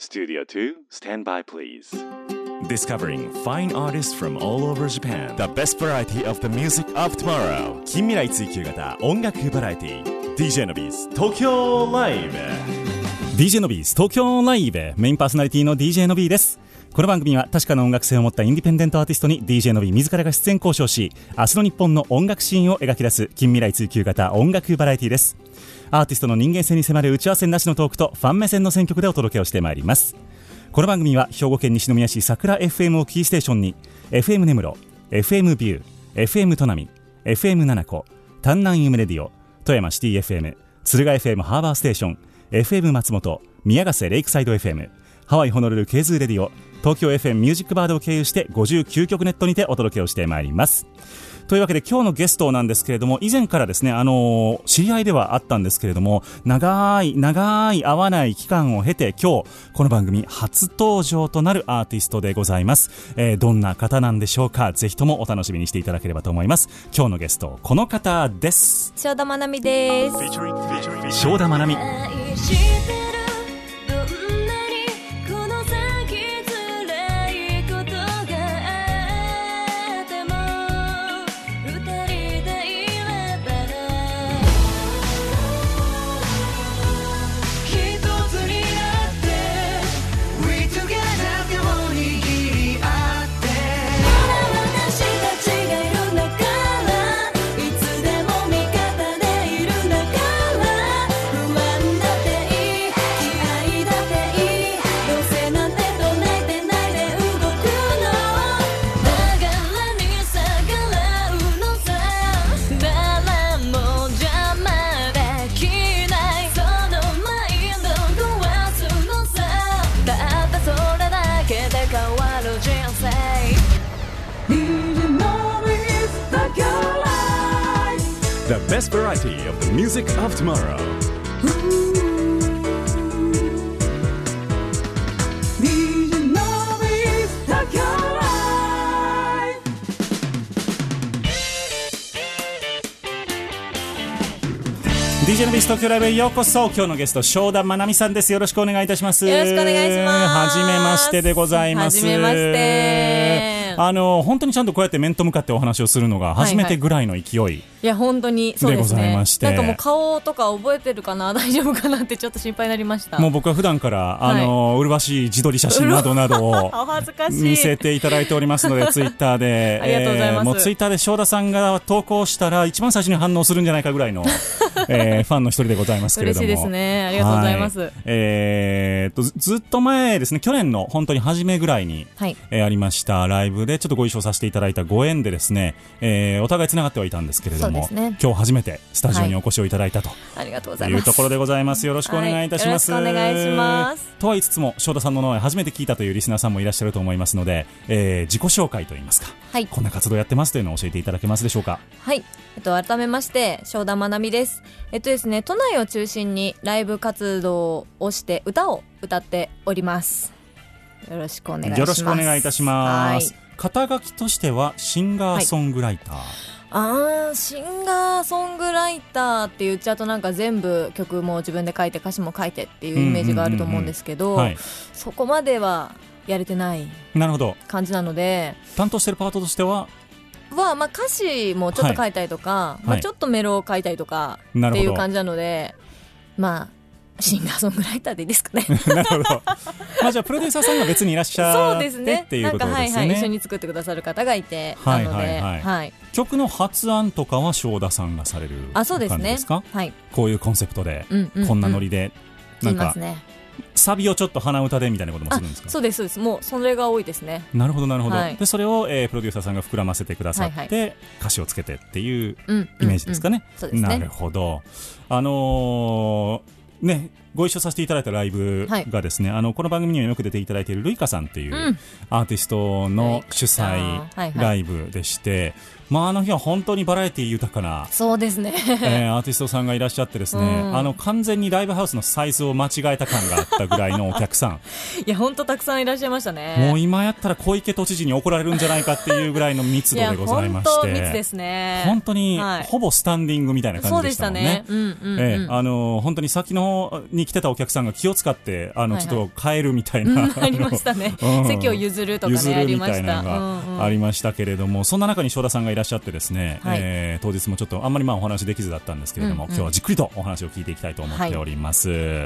Studio 2, stand by please. Discovering fine artists from all over Japan. The best variety of the music of tomorrow. 近未来追求型音楽バラエティ DJ のビーズ東京ライブ DJ のビーズ東京ライブメインパーソナリティの DJ のビーです。この番組は確かな音楽性を持ったインディペンデントアーティストに DJ のビー自らが出演交渉し、明日の日本の音楽シーンを描き出す近未来追求型音楽バラエティです。アーティストの人間性に迫る打ち合わせなしのトークとファン目線の選曲でお届けをしてまいります。この番組は兵庫県西宮市桜 FM をキーステーションに FM 根室、FM ビュー、FM 砺波、FM 七子、丹南夢レディオ、富山シティ FM、敦賀 FM ハーバーステーション、FM 松本、宮ヶ瀬レイクサイド FM、ハワイホノルルケーズーレディオ、東京 FM ミュージックバードを経由して59曲ネットにてお届けをしてまいります。というわけで今日のゲストなんですけれども、以前からですね、知り合いではあったんですけれども、長い会わない期間を経て今日この番組初登場となるアーティストでございます。どんな方なんでしょうか。ぜひともお楽しみにしていただければと思います。今日のゲストこの方です。 正田愛美です。 正田愛美。The best variety of the music of tomorrow. DJ のビーズ東京ライブへようこそ。今日のゲスト正田愛美さんです。よろしくお願いいたします。 よろしくお願いします。 はじめましてでございます。 はじめまして。 本当にちゃんとこうやって面と向かってお話をするのが初めてぐらいの勢い、 いや本当にそうでごですね。 ざいまして、 なんかもう顔とか覚えてるかな、大丈夫かなってちょっと心配になりました。 もう僕は普段から麗しい自撮り写真などなどをお恥ずかしい見せていただいておりますのでツイッターでありがとうございます。 もうツイッターで正田さんが投稿したら一番最初に反応するんじゃないかぐらいの、ファンの一人でございますけれども、 嬉しいですね。ありがとうございます。 ずっと前ですね、去年の本当に初めぐらいに、 はいありましたライブでちょっとご一緒させていただいたご縁でですね、お互いつながってはいたんですけれども、 ね、 今日初めてスタジオにお越しをいただいたと、 ありがとうございます。 いうところでございます。よろしくお願いいたします。 よろしくお願いします。 とは言いつつも正田さんの名前初めて聞いたというリスナーさんもいらっしゃると思いますので、自己紹介といいますか、 はい、 こんな活動やってますというのを教えていただけますでしょうか。 はい、改めまして正田愛美です。ですね、都内を中心にライブ活動をして歌を歌っております。よろしくお願いします。 よろしくお願いいたします。 はい、 肩書きとしてはシンガーソングライター、 シンガーソングライターって言っちゃうとなんか全部曲も自分で書いて歌詞も書いてっていうイメージがあると思うんですけど、そこまではやれてない感じなので、 担当してるパートとしては歌詞もちょっと書いたりとか、ちょっとメロを書いたりとかっていう感じなので、シンガーソングライターでいいですかね。 なるほど。じゃあプロデューサーさんが別にいらっしゃってっていうことですね。 一緒に作ってくださる方がいて、なので、 曲の発案とかは正田さんがされる感じですか。 はい、 こういうコンセプトで、こんなノリでなんかサビをちょっと鼻歌でみたいなこともするんですか。 そうですそうです。もうそれが多いですね。 なるほどなるほど。でそれを、プロデューサーさんが膨らませてくださって、歌詞をつけてっていうイメージですかね。 そうですね。 なるほど。ね、ご一緒させていただいたライブがですね、この番組にはよく出ていただいているルイカさんっていうアーティストの主催ライブでして、 あの日は本当にバラエティ豊かなそうですね、 アーティストさんがいらっしゃってですね、完全にライブハウスのサイズを間違えた感があったぐらいのお客さんいや本当たくさんいらっしゃいましたね。 もう今やったら小池都知事に怒られるんじゃないかっていうぐらいの密度でございまして、 いや本当密ですね。 本当に、ほぼスタンディングみたいな感じでしたもんね。 そうでしたね。 本当に先の方に来てたお客さんが気を使ってちょっと変えるみたいな、 ありましたね、席を譲るとかね、 譲るみたいなのがありましたけれども、そんな中に正田さんがいらっしゃってですね、当日もちょっとあんまりお話できずだったんですけれども、今日はじっくりとお話を聞いていきたいと思っております。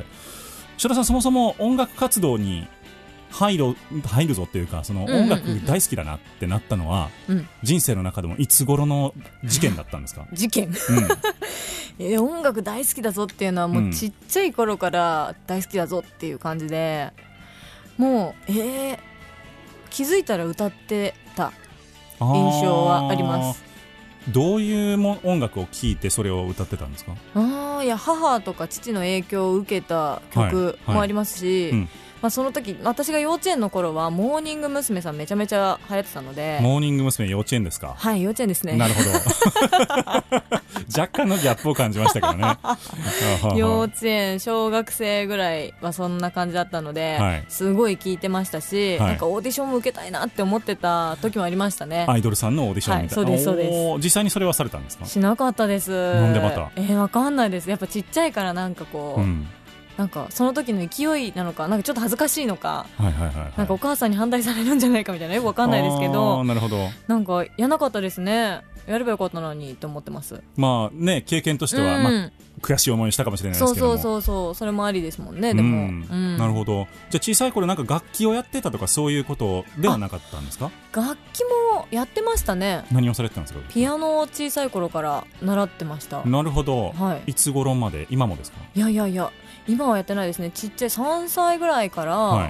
正田さん、そもそも音楽活動に入るぞっていうか、その音楽大好きだなってなったのは、人生の中でもいつ頃の事件だったんですか？ 事件、音楽大好きだぞっていうのはもうちっちゃい頃から大好きだぞっていう感じで、もう気づいたら歌ってた印象はあります。 どういう音楽を聴いてそれを歌ってたんですか？ いや母とか父の影響を受けた曲もありますし、その時私が幼稚園の頃はモーニング娘。さんめちゃめちゃ流行ってたので。 モーニング娘。幼稚園ですか？ はい、幼稚園ですね。 なるほど若干のギャップを感じましたけどね幼稚園小学生ぐらいはそんな感じだったので、すごい聴いてましたし、なんかオーディションも受けたいなって思ってた時もありましたね。 アイドルさんのオーディションみたいな、 そうですそうです。 実際にそれはされたんですか？ しなかったです。 なんでまた？ わかんないです。やっぱちっちゃいからなんかこう、なんかその時の勢いなのか、なんかちょっと恥ずかしいのか、なんかお母さんに反対されるんじゃないかみたいな、よくわかんないですけど、 なるほど。 なんかやなかったですね。やればよかったのにと思ってます。 経験としては、悔しい思いをしたかもしれないですけども、 そうそれもありですもんね。でも、 なるほど。じゃあ小さい頃なんか楽器をやってたとかそういうことではなかったんですか？ 楽器もやってましたね。 何をされてたんですか？ ピアノを小さい頃から習ってました。 なるほど、いつ頃まで？今もですか？いや今はやってないですね。ちっちゃい3歳ぐらいから、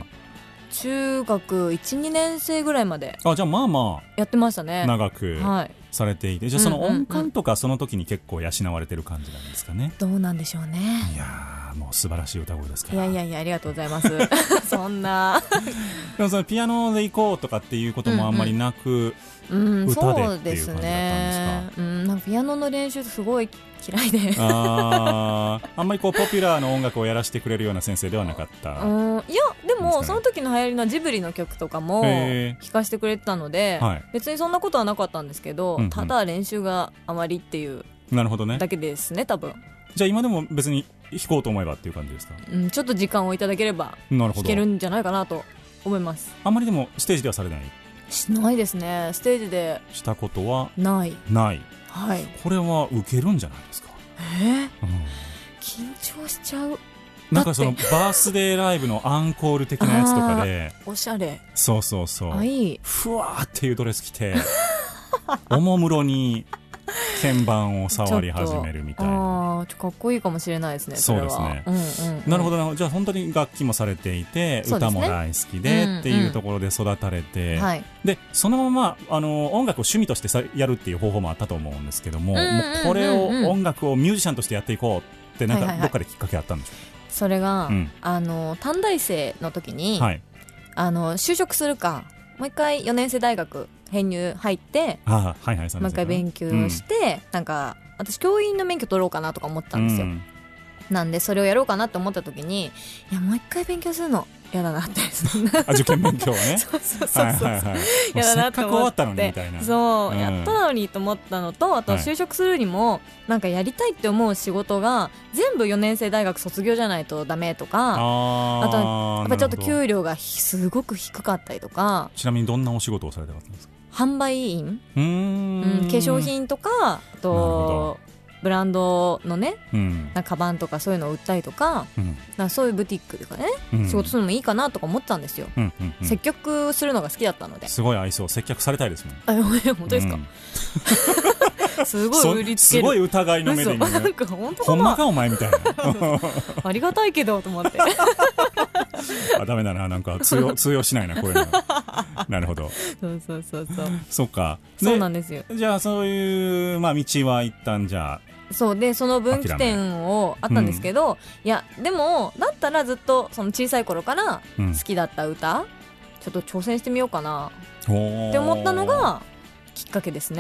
中学 1,2 年生ぐらいまで。 じゃあやってましたね。 長くされていて、じゃあその音感とかその時に結構養われてる感じなんですかね？ どうなんでしょうね。 いやもう素晴らしい歌声ですから。 いやありがとうございますそんなでもそのピアノで行こうとかっていうこともあんまりなく、歌でっていう感じだったんですか？ なんかピアノの練習すごい嫌いであんまりこうポピュラーの音楽をやらせてくれるような先生ではなかった。 いやでもその時の流行りのジブリの曲とかも聴かせてくれてたので、別にそんなことはなかったんですけど、ただ練習があまりっていうだけですね、多分。 じゃあ今でも別に弾こうと思えばっていう感じですか？ ちょっと時間をいただければ弾けるんじゃないかなと思います。 あんまりでもステージではされない？ しないですね。ステージでしたことはない。 はい、これは受けるんじゃないですか？ 緊張しちゃう。 なんかそのバースデーライブのアンコール的なやつとかでおしゃれ。 そうふわーっていうドレス着ておもむろに鍵盤を触り始めるみたいな。 かっこいいかもしれないですね。 そうですね。なるほど。じゃあ本当に楽器もされていて、歌も大好きでっていうところで育たれて、でそのまま音楽を趣味としてやるっていう方法もあったと思うんですけども、これを音楽をミュージシャンとしてやっていこうってなんかどっかできっかけあったんでしょうか？ それが短大生の時に就職するかもう一回4年生大学編入入ってもう一回勉強して、なんか私教員の免許取ろうかなとか思ったんですよ。なんでそれをやろうかなって思った時に、いやもう一回勉強するの嫌だなって受験勉強ね嫌だなって思って、そうやったのにと思ったのと、あと就職するにもなんかやりたいって思う仕事が全部4年生大学卒業じゃないとダメとか、あとやっぱちょっと給料がすごく低かったりとか。 ちなみにどんなお仕事をされてたんですか？ 販売員、化粧品とか、あとブランドのね、なんかカバンとかそういうのを売ったりとか、なんかそういうブティックとかね、仕事するのもいいかなとか思ったんですよ。接客するのが好きだったので。 すごい愛想、接客されたいですもん。 本当ですか？すごい売りつける。 すごい疑いの目で言う。 なんか本当かな。 ほんまかお前みたいな。 ありがたいけどと思って。 ダメだな、なんか通用しないなこういうの。なるほど。 そうそうか。 そうなんですよ。 じゃあそういう道は一旦じゃあ。 そうで、その分岐点をあったんですけど、いやでもだったらずっとその小さい頃から好きだった歌、ちょっと挑戦してみようかなって思ったのがきっかけですね。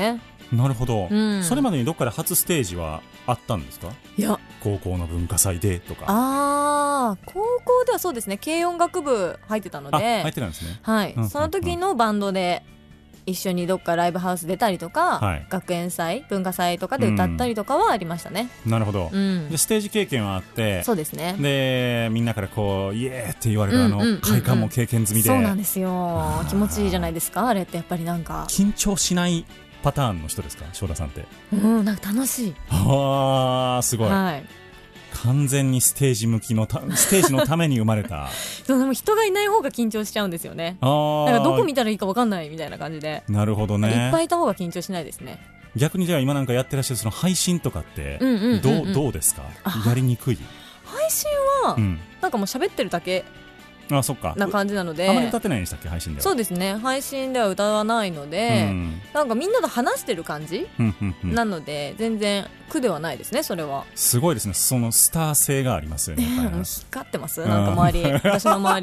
なるほど、それまでにどっかで初ステージはあったんですか？ いや、 高校の文化祭でとか。 高校ではそうですね、軽音楽部入ってたので。 入ってたんですね。 はい、その時のバンドで一緒にどっかライブハウス出たりとか、 はい、 学園祭文化祭とかで歌ったりとかはありましたね。 なるほど、でステージ経験はあって、 そうですね。 でみんなからこうイエーって言われる快感も経験済みで、 そうなんですよ。気持ちいいじゃないですか、あれってやっぱりなんか。 緊張しないパターンの人ですか、翔太さんって？ なんか楽しい。 すごい、はい、完全にステージ向きのステージのために生まれたでも人がいない方が緊張しちゃうんですよね。なんかどこ見たらいいか分かんないみたいな感じで。なるほどね。いっぱいいた方が緊張しないですね。 逆にじゃあ今なんかやってらっしゃるその配信とかってどうですか？やりにくい？配信はなんかもう喋ってるだけそっかな感じなので、あまり歌ってないんでしたっけ、配信では？そうですね、配信では歌わないので、なんかみんなと話してる感じなので全然苦ではないですね。それはすごいですね、そのスター性がありますよね。光ってます、なんか周り、私の周り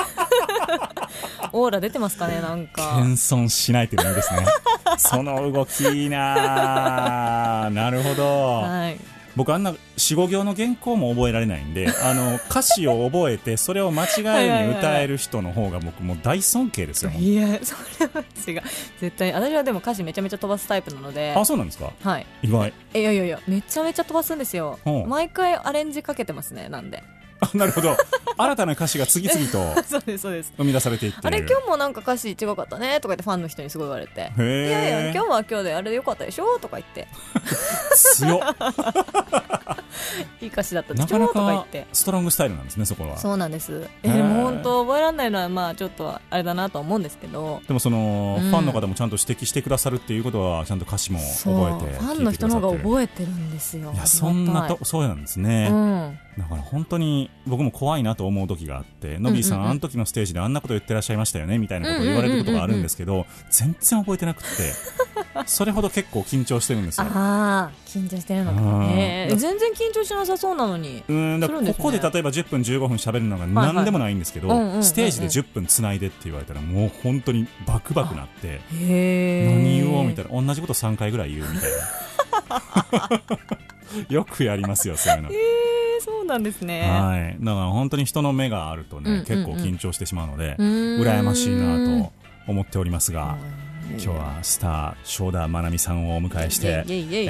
オーラ出てますかね。なんか謙遜しないというのですねその動きいいななるほど、はい、僕あんな 4,5 行の原稿も覚えられないんで歌詞を覚えてそれを間違えずに歌える人の方が僕もう大尊敬ですよ。いや、それは違う、絶対。私はでも歌詞めちゃめちゃ飛ばすタイプなので。あ、そうなんですか？はい、意外。いやめちゃめちゃ飛ばすんですよ。毎回アレンジかけてますね。なんでなるほど新たな歌詞が次々とそうですそうです、生み出されていって、あれ今日もなんか歌詞違かったねとか言ってファンの人にすごい言われて、いやいや今日は今日であれでよかったでしょとか言って強っいい歌詞だったでしょとか言って。なかなかストロングスタイルなんですね、そこは。そうなんです。でも本当覚えられないのはまあちょっとあれだなと思うんですけど、でもその、ファンの方もちゃんと指摘してくださるっていうことはちゃんと歌詞も覚えて、ファンの人の方が覚えてるんですよ。いや、そうなんですね、だから本当に僕も怖いなと思う時があって、のびーさん、あの時のステージであんなこと言ってらっしゃいましたよねみたいなことを言われることがあるんですけど、全然覚えてなくてそれほど結構緊張してるんですよ。ああ、緊張してるのかね。全然緊張しなさそうなのに。だからここで例えば10分15分喋るのが何でもないんですけど、ステージで10分つないでって言われたらもう本当にバクバクなって、何言おうみたいな、同じこと3回ぐらい言うみたいなよくやりますよ、そういうの。そうなんですね。はい、だから本当に人の目があるとね、結構緊張してしまうので羨ましいなと思っておりますが、今日はスター正田愛美さんをお迎えして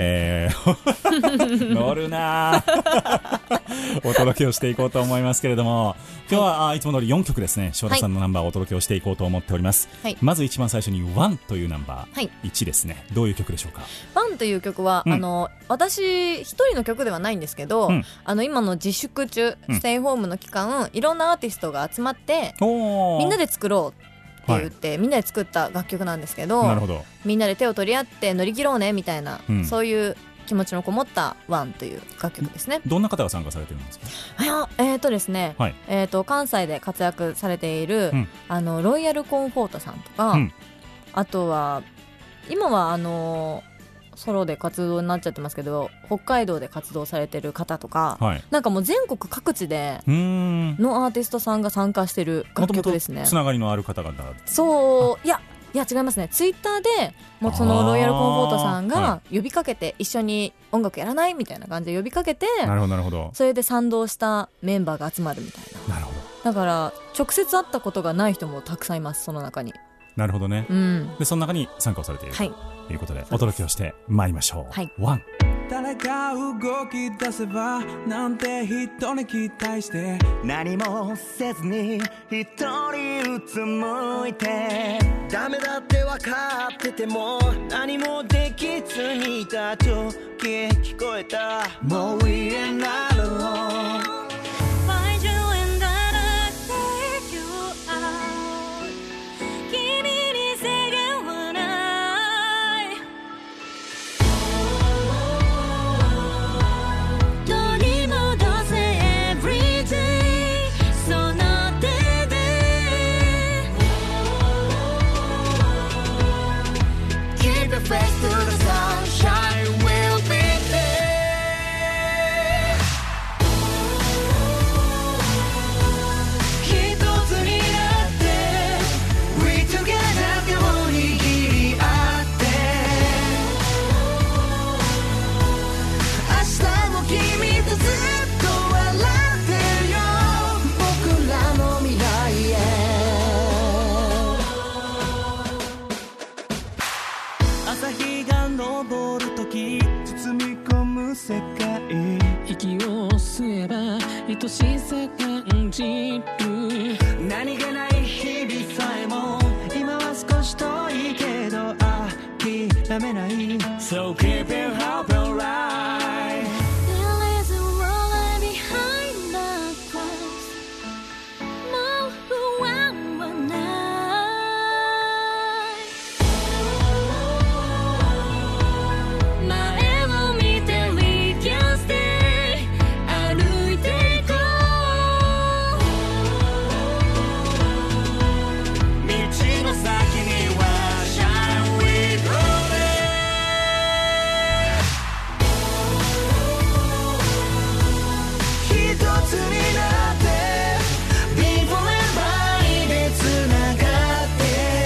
乗るなお届けをしていこうと思いますけれども、今日はいつも通り4曲ですね、正田さんのナンバーをお届けをしていこうと思っております、はい、まず一番最初にワンというナンバー、はい、1ですね。どういう曲でしょうか？ワンという曲は、私一人の曲ではないんですけど、今の自粛中、ステイホームの期間、いろんなアーティストが集まってみんなで作ろうって言って、みんなで作った楽曲なんですけど、なるほど、みんなで手を取り合って乗り切ろうねみたいな、そういう気持ちのこもったワンという楽曲ですね。どんな方が参加されてるんですか？ですね、はい、関西で活躍されている、ロイヤルコンフォートさんとか、あとは今はソロで活動になっちゃってますけど、北海道で活動されてる方とか、はい、なんかもう全国各地でのアーティストさんが参加してる楽曲ですね。もともとつながりのある方々。そう、いや違いますね。ツイッターでもうそのロイヤルコンフォートさんが呼びかけて、一緒に音楽やらないみたいな感じで呼びかけて、なるほどなるほど、それで賛同したメンバーが集まるみたいな。なるほど。だから直接会ったことがない人もたくさんいます、その中に。なるほどね、でその中に参加をされている、はい、ということでお届けをしてまいりましょう。はい、ワン。誰か動き出せばなんて人に期待して、何もせずに一人うつむいて、ダメだって分かってても何もできずにいた時聞こえた、もう言えないの感じる何気ない日々さえも今は少し遠いけど諦めない So keep it up your life There is a world behind the clouds もう不安はない前を見て We can stay 歩いていこう道の先には Shine with glory 一つになって Be forever でつながって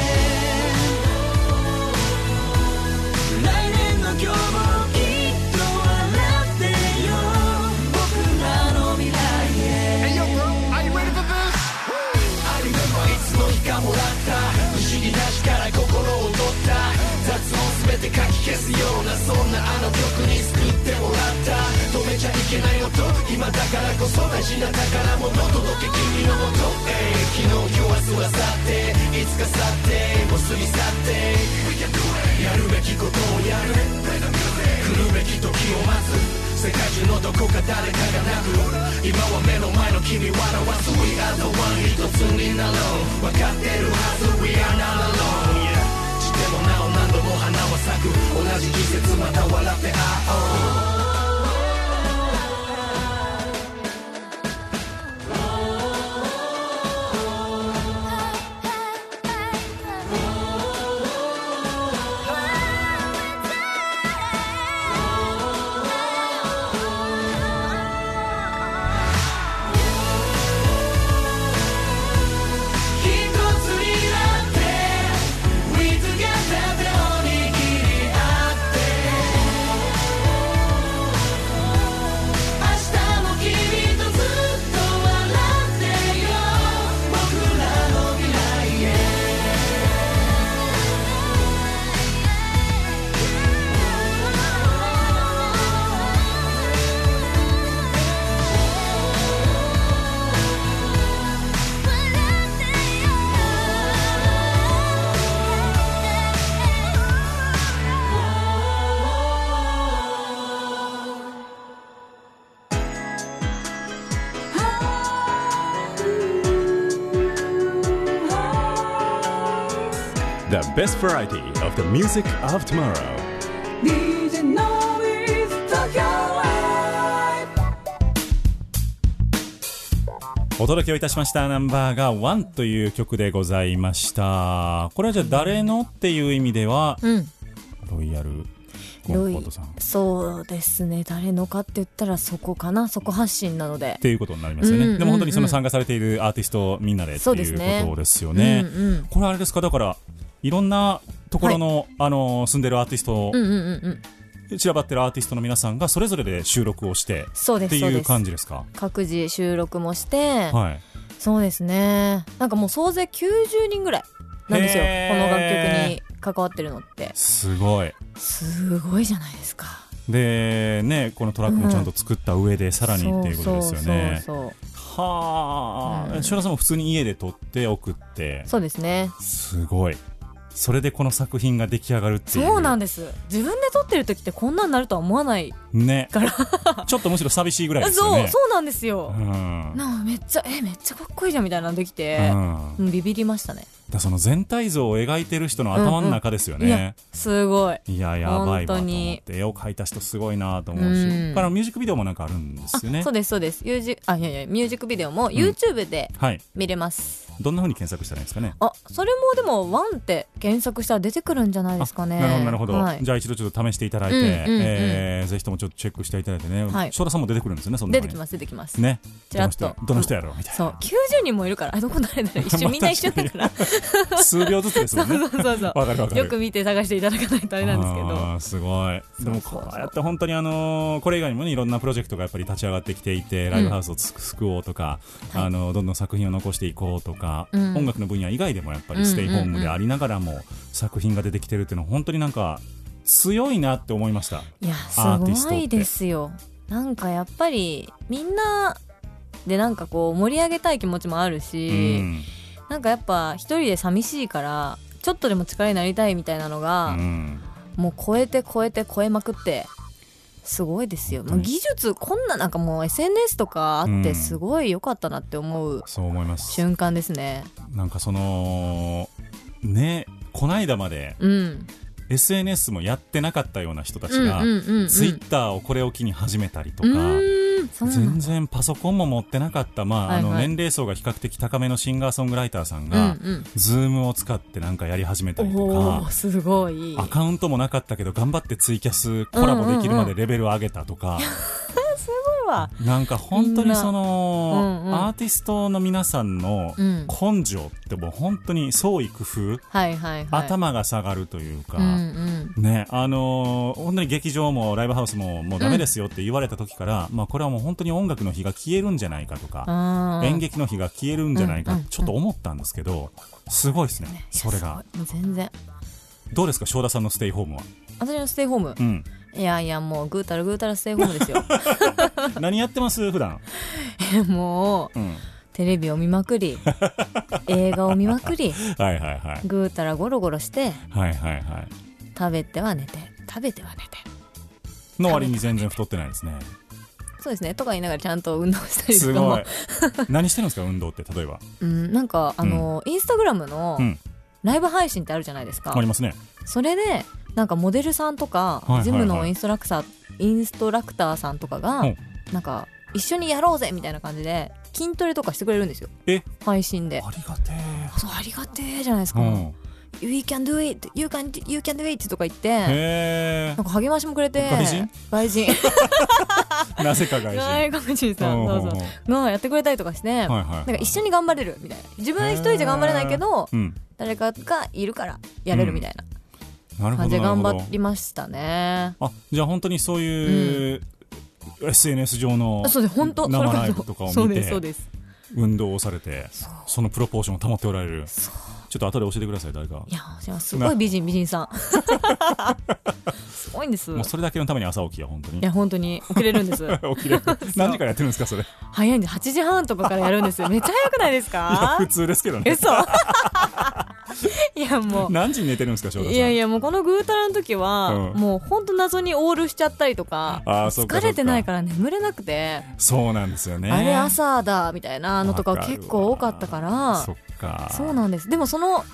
来年の今日もきっと笑ってよ僕らの未来へ Hey yo bro, are you ready for this? I remember いつの日かもらった不思議な力心を取った雑音すべてかき消すようなそんなあの曲に救ってもらった止めちゃいけない音今だからこそ大事な宝物届け君のもと昨日今日明日は去っていつか去ってもう過ぎ去ってやるべきことをやる来るべき時を待つ世界中のどこか誰かが泣く今は目の前の君笑わす We are the one 一つになろう分かってるはず We are not alone、yeah、散ってもなお何度も花は咲く同じ季節また笑って会おう The best variety of the music of tomorrow. DJ Nobis Tokyo Live お届けをいたしましたナンバーが1という曲でございました。これはじゃあ誰のっていう意味では、ロイヤルコンポートさん、 そうですね、誰のかって言ったらそこかな、そこ発信なのでっていうことになりますよね、でも本当にその参加されているアーティストみんなでっていうことですよね。これあれですか、だからいろんなところの、住んでるアーティスト、散らばってるアーティストの皆さんがそれぞれで収録をしてっていう感じですか。 各自収録もして、そうですね、なんかもう総勢90人ぐらいなんですよ、この楽曲に関わってるのって。すごいじゃないですか。 でね、このトラックもちゃんと作った上でさらにっていうことですよね。はあ、シュラさんも普通に家で撮って送って。そうですね。すごい。それでこの作品が出来上がるっていう。そうなんです。自分で撮ってる時ってこんなになるとは思わないねからちょっとむしろ寂しいぐらいですよね。そうなんですよ、なんかめっちゃかっこいいじゃんみたいなのできて、ビビりましたね。だその全体像を描いてる人の頭の中ですよね、いやすごい、いややばいわと思って絵を描いた人すごいなと思うし、からミュージックビデオもなんかあるんですよね。そうですそうです、ミュージックビデオも YouTube で見れます、どんな風に検索したらいいんですかね。それもでもワンって検索したら出てくるんじゃないですかね。なるほど、じゃあ一度ちょっと試していただいて、ぜひともちょっとチェックしていただいてね。翔太さんも出てくるんですよね。そんな出てきますね。ちらっとどの人やろうみたいな。そう90人もいるから、どこ誰だろう一緒みんな一緒だから数秒ずつですもんね。そうわかるよく見て探していただかないとあれなんですけど。すごい。でもこうやって本当にこれ以外にもね、いろんなプロジェクトがやっぱり立ち上がってきていて、ライブハウスを救おうとか、どんどん作品を残していこうとか、音楽の分野以外でもやっぱりステイホームでありながらも作品が出てきてるっていうのは本当になんか強いなって思いました。いやすごいですよ。なんかやっぱりみんなでなんかこう盛り上げたい気持ちもあるし、なんかやっぱ一人で寂しいからちょっとでも力になりたいみたいなのが、もう超えまくってすごいですよ。もう技術こんななんかもう SNS とかあってすごい良かったなって思う、 そう思います。 瞬間ですね。 なんかそのね、こないだまで、SNS もやってなかったような人たちが、ツイッターをこれを機に始めたりとか、全然パソコンも持ってなかった、年齢層が比較的高めのシンガーソングライターさんが、ズームを使ってなんかやり始めたりとか、 すごいアカウントもなかったけど頑張ってツイキャスコラボできるまでレベルを上げたとか、 すごいわ。 なんか本当にその、アーティストの皆さんの根性ってもう本当に創意工夫、頭が下がるというか、ね、本当に劇場もライブハウスももうダメですよって言われた時から、これはもう本当に音楽の火が消えるんじゃないかとか、演劇の火が消えるんじゃないかってちょっと思ったんですけど、すごいですね、それが。 全然。どうですか、正田さんのステイホームは。 私のステイホーム、いやいや、もうぐうたらぐうたらステイホームですよ。 何やってます普段。 もう、テレビを見まくり映画を見まくりぐうたらゴロゴロして、食べては寝ての割に全然太ってないですね。 そうですね、とか言いながらちゃんと運動したりとかも。 すごい。何してるんですか運動って。例えばなんかインスタグラムのライブ配信ってあるじゃないですか。 ありますね。 それでなんかモデルさんとか、ジムのインストラクターさんとかが、なんか一緒にやろうぜみたいな感じで筋トレとかしてくれるんですよ、配信で。 ありがてー。 そう、ありがてーじゃないですか。We can do it, you can do it とか言って、なんか励ましもくれて。外人なぜか外人さんがやってくれたりとかして、なんか一緒に頑張れるみたいな。自分一人じゃ頑張れないけど、誰かがいるからやれるみたいな感じで頑張りましたね。 じゃあ本当にそういう、SNS 上の生ライブとかを見て運動をされて、そのプロポーションを保っておられる。ちょっと後で教えてください、誰か。 いや、すごい美人さん。すごいんです。 もうそれだけのために朝起きや、本当に。 いや、本当に起きれるんです。 起きれる。何時からやってるんですか、それ。 早いんで、8時半とかからやるんですよ。めっちゃ早くないですか。 普通ですけどね。 嘘。いや、もう何時に寝てるんですか、翔太さん。 いや、もうこのぐうたらの時は、もう本当謎にオールしちゃったりとか、疲れてないから眠れなくて。 そうなんですよね。 あれ朝だみたいなのとか結構多かったから。そうなんです。でもその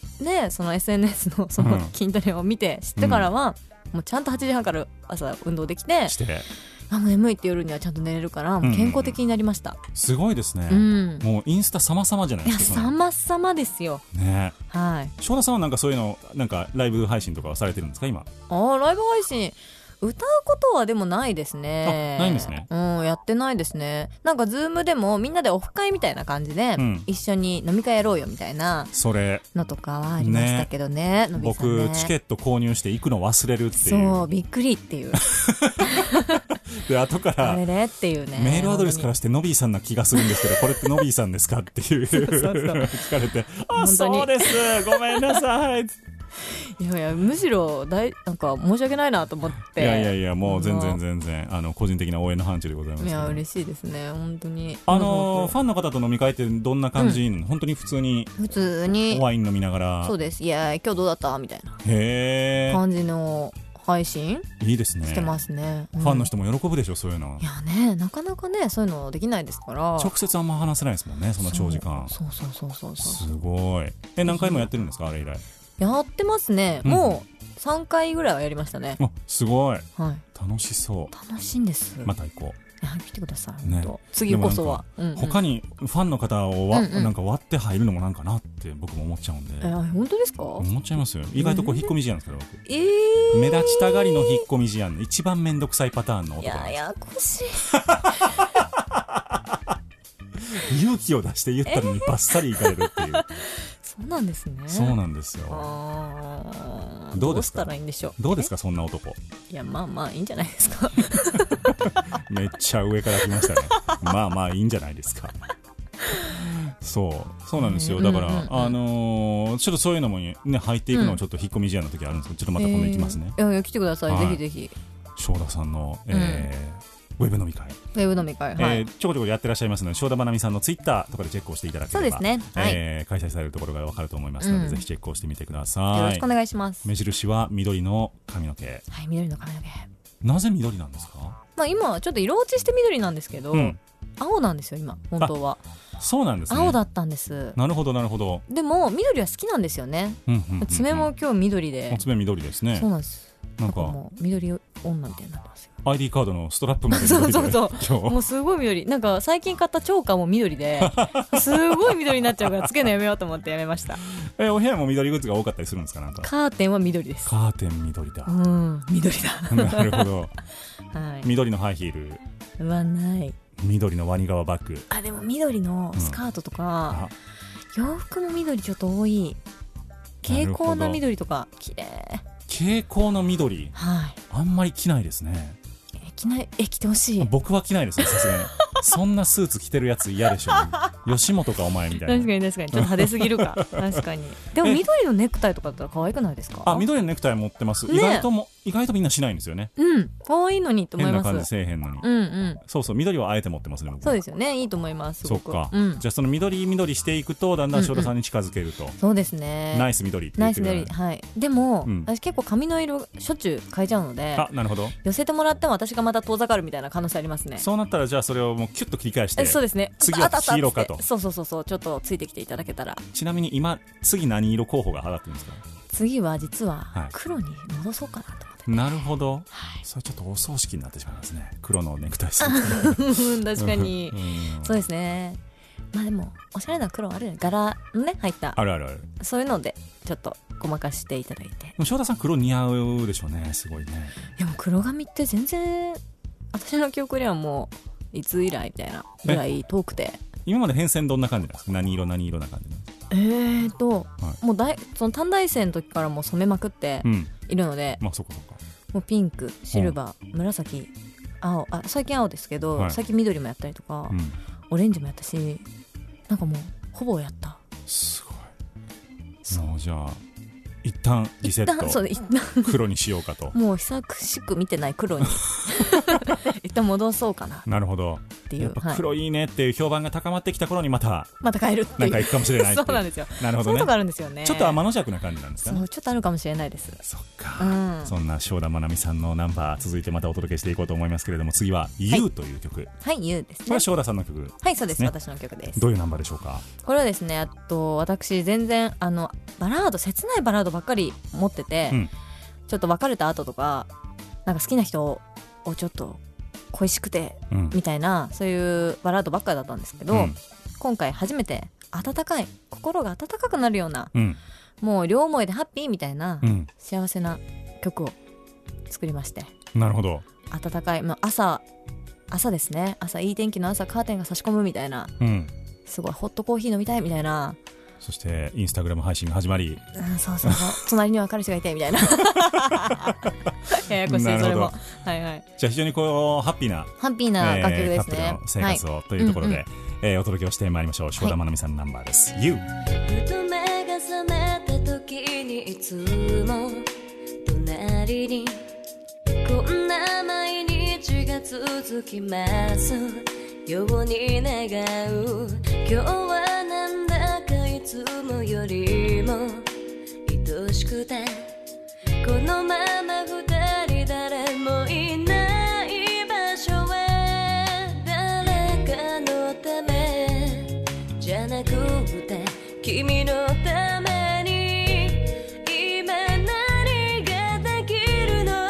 SNS のその筋トレを見て知ってからは、もうちゃんと8時半から朝運動できて、もう眠いって夜にはちゃんと寝れるから、もう健康的になりました。 すごいですね。もうインスタ様々じゃないですか。 いや、様々ですよね。 はい。 翔太さんはなんかそういうの、なんかライブ配信とかはされてるんですか今。 ライブ配信歌うことはでもないですね。 ないんですね。 やってないですね。なんかズームでもみんなでオフ会みたいな感じで、一緒に飲み会やろうよみたいなのとかはありましたけどね。 僕チケット購入して行くの忘れるっていう。 そう、びっくりっていう。 で後からあれれっていうね。 メールアドレスからしてノビーさんな気がするんですけど、これってノビーさんですかっていう聞かれて、そうです、ごめんなさい。 いや、むしろなんか申し訳ないなと思って。 いや、もう全然個人的な応援の範疇でございます。 いや、嬉しいですね、本当に。 ファンの方と飲み会ってどんな感じ？本当に普通にワイン飲みながら。 そうです。いや、今日どうだったみたいな感じの配信いいですね。 してますね。 ファンの人も喜ぶでしょ、そういうの。 いやね、なかなかね、そういうのできないですから。 直接あんま話せないですもんね、そんな長時間。 そう。 すごい。何回もやってるんですか、あれ以来。 やってますね。もう3回ぐらいはやりましたね。 すごい。楽しそう。 楽しいんです。 また行こう。来てください。次こそは。 他にファンの方をなんか割って入るのもなんかなって僕も思っちゃうんで。 本当ですか？ 思っちゃいますよ。意外とこう引っ込み思案ですから僕。目立ちたがりの引っ込み思案の一番めんどくさいパターンの男なんです。 ややこしい。 勇気を出して言ったのにバッサリいかれるっていう。 そうなんですね。 そうなんですよ。どうしたらいいんでしょう。 どうですか、そんな男。 いや、まあいいんじゃないですか。 めっちゃ上から来ましたね。まあいいんじゃないですか。そうなんですよ。だからちょっとそういうのもね入っていくのをちょっと引っ込み思案の時あるんですけど、ちょっとまた今度行きますね。 いや、来てください、ぜひぜひ。 翔太さんのウェブ飲み会、 はい、 ちょこちょこやってらっしゃいますので、正田まなみさんのツイッターとかでチェックをしていただければ、 そうですね、はい、 開催されるところが分かると思いますので、ぜひチェックをしてみてください。 よろしくお願いします。 目印は緑の髪の毛。 はい、緑の髪の毛。 なぜ緑なんですか？ まあ、今はちょっと色落ちして緑なんですけど、青なんですよ今本当は。 そうなんですね。 青だったんです。 なるほどなるほど。 でも緑は好きなんですよね。爪も今日緑で。 爪緑ですね。 そうなんです。なんかもう緑女みたいになってますよ。 ID カードのストラップまで緑で。 そうもうすごい緑。なんか最近買ったチョーカーも緑ですごい緑になっちゃうからつけるのやめようと思ってやめました。 お部屋も緑グッズが多かったりするんですか？なんかカーテンは緑です。 カーテン緑だ。 緑だ。 なるほど。 はい。 緑のハイヒールはない。 緑のワニ革バッグ。 でも緑のスカートとか、洋服も緑ちょっと多い。蛍光な緑とか綺麗。蛍光の緑、 はい、 あんまり着ないですね。 着てほしい。 僕は着ないですね、さすがに。そんなスーツ着てるやつ嫌でしょ。吉本かお前みたいな。 確かにちょっと派手すぎるか。確かに。でも緑のネクタイとかだったら可愛くないですか？ 緑のネクタイ持ってます。意外とみんなしないんですよね。 可愛いのにと思います。 変な感じせえへんのに。そうそう、緑はあえて持ってますね。 そうですよね、いいと思います。 そっか。じゃあその緑していくとだんだん正田さんに近づけると。 そうですね。 ナイス緑って言ってくれる。はい。でも私結構髪の色しょっちゅう変えちゃうので。 なるほど。 寄せてもらっても私がまた遠ざかるみたいな可能性ありますね。 そうなったらじゃあそれをもうキュッと切り返して。 そうですね。 次は黄色かと。 そうちょっとついてきていただけたら。 ちなみに今次何色候補が上がってるんですか？ 次は実は黒に戻そうかなと思って。 なるほど。それちょっとお葬式になってしまいますね。黒のネクタイする。 確かに。そうですね。まあでもおしゃれな黒ある、柄のね入った。 ある。 そういうのでちょっとごまかしていただいて。 正田さん黒似合うでしょうね。すごいね。 いやもう黒髪って全然私の記憶ではもういつ以来みたいなぐらい遠くて。 今まで変遷どんな感じなんですか？何色な感じなんですか？ もうその短大生の時からもう染めまくっているので、 まあそこもうピンク、シルバー、紫、青、最近青ですけど、最近緑もやったりとか、オレンジもやったし、なんかもうほぼやった。 すごい。もうじゃあ一旦リセット黒にしようかと。 もう久しく見てない黒に一旦戻そうかな。 なるほど。っていう、やっぱ黒いいねっていう評判が高まってきた頃にまた変えるっていう、 なんか行くかもしれない。 そうなんですよ。 なるほどね。 そういうとこあるんですよね。 ちょっと天の弱な感じなんですかね。 そう、ちょっとあるかもしれないです。 そっか。そんな正田まなみさんのナンバー続いてまたお届けしていこうと思いますけれども、次は You という曲。 はい、You ですね。 これは正田さんの曲。 はい、そうです。私の曲です。 どういうナンバーでしょうか？これはですね、私全然バラード、切ないバラードばっかり持ってて、ちょっと別れた後とかなんか好きな人をちょっと恋しくて、みたいなそういうバラードばっかりだったんですけど、今回初めて心が温かくなるような、もう両思いでハッピーみたいな、幸せな曲を作りまして。 なるほど。 温かい、朝ですね。いい天気の朝カーテンが差し込むみたいな、すごいホットコーヒー飲みたいみたいな。 そしてインスタグラム配信が始まり、 そう隣には彼氏がいてみたいなややこしい。それもはいはい。 じゃあ非常にこうハッピーな楽曲ですね。 生活をというところで、お届けをしてまいりましょう。正田まなみさんのナンバーです。You。 ふと目が覚めた時にいつも隣にこんな毎日が続きますように願う。今日はなんだかいつもよりも愛しくて、このまま二人誰もいない場所へ、誰かのためじゃなくて君のために今何ができるの？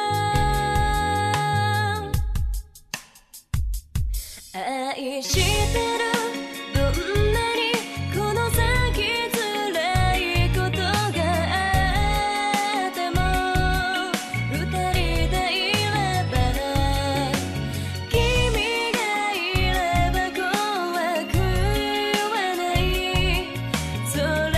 愛してるそれ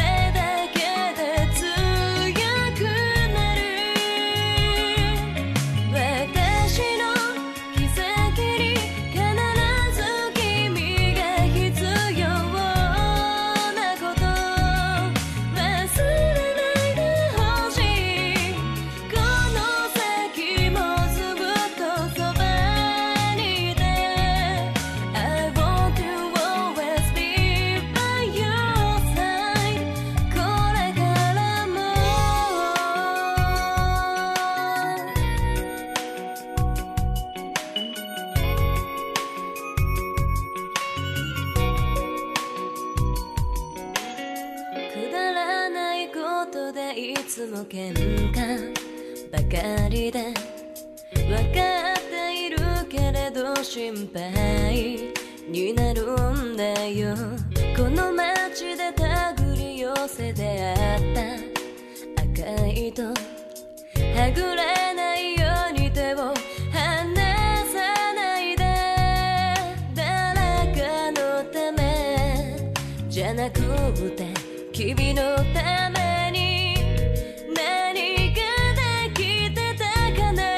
つも喧嘩ばかりで分かっているけれど心配になるんだよ。この街で手繰り寄せてあった赤い糸はぐれないように手を離さないで。誰かのためじゃなくて君のために何ができてたかな。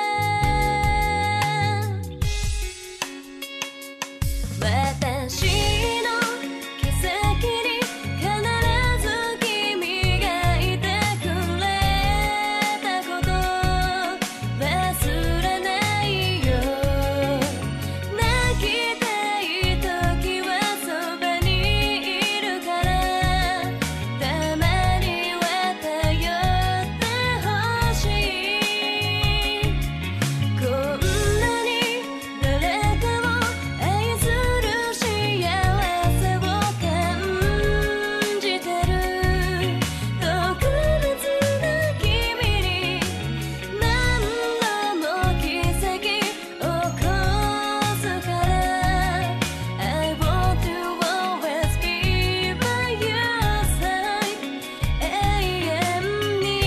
私の奇跡に必ず君がいてくれたこと忘れないよ。泣きたい時はそばにいるからたまには頼ってほしい。こんなに誰かを愛する幸せを感じてる。特別な君に何度も奇跡起こすから I want to always be by your side 永遠に。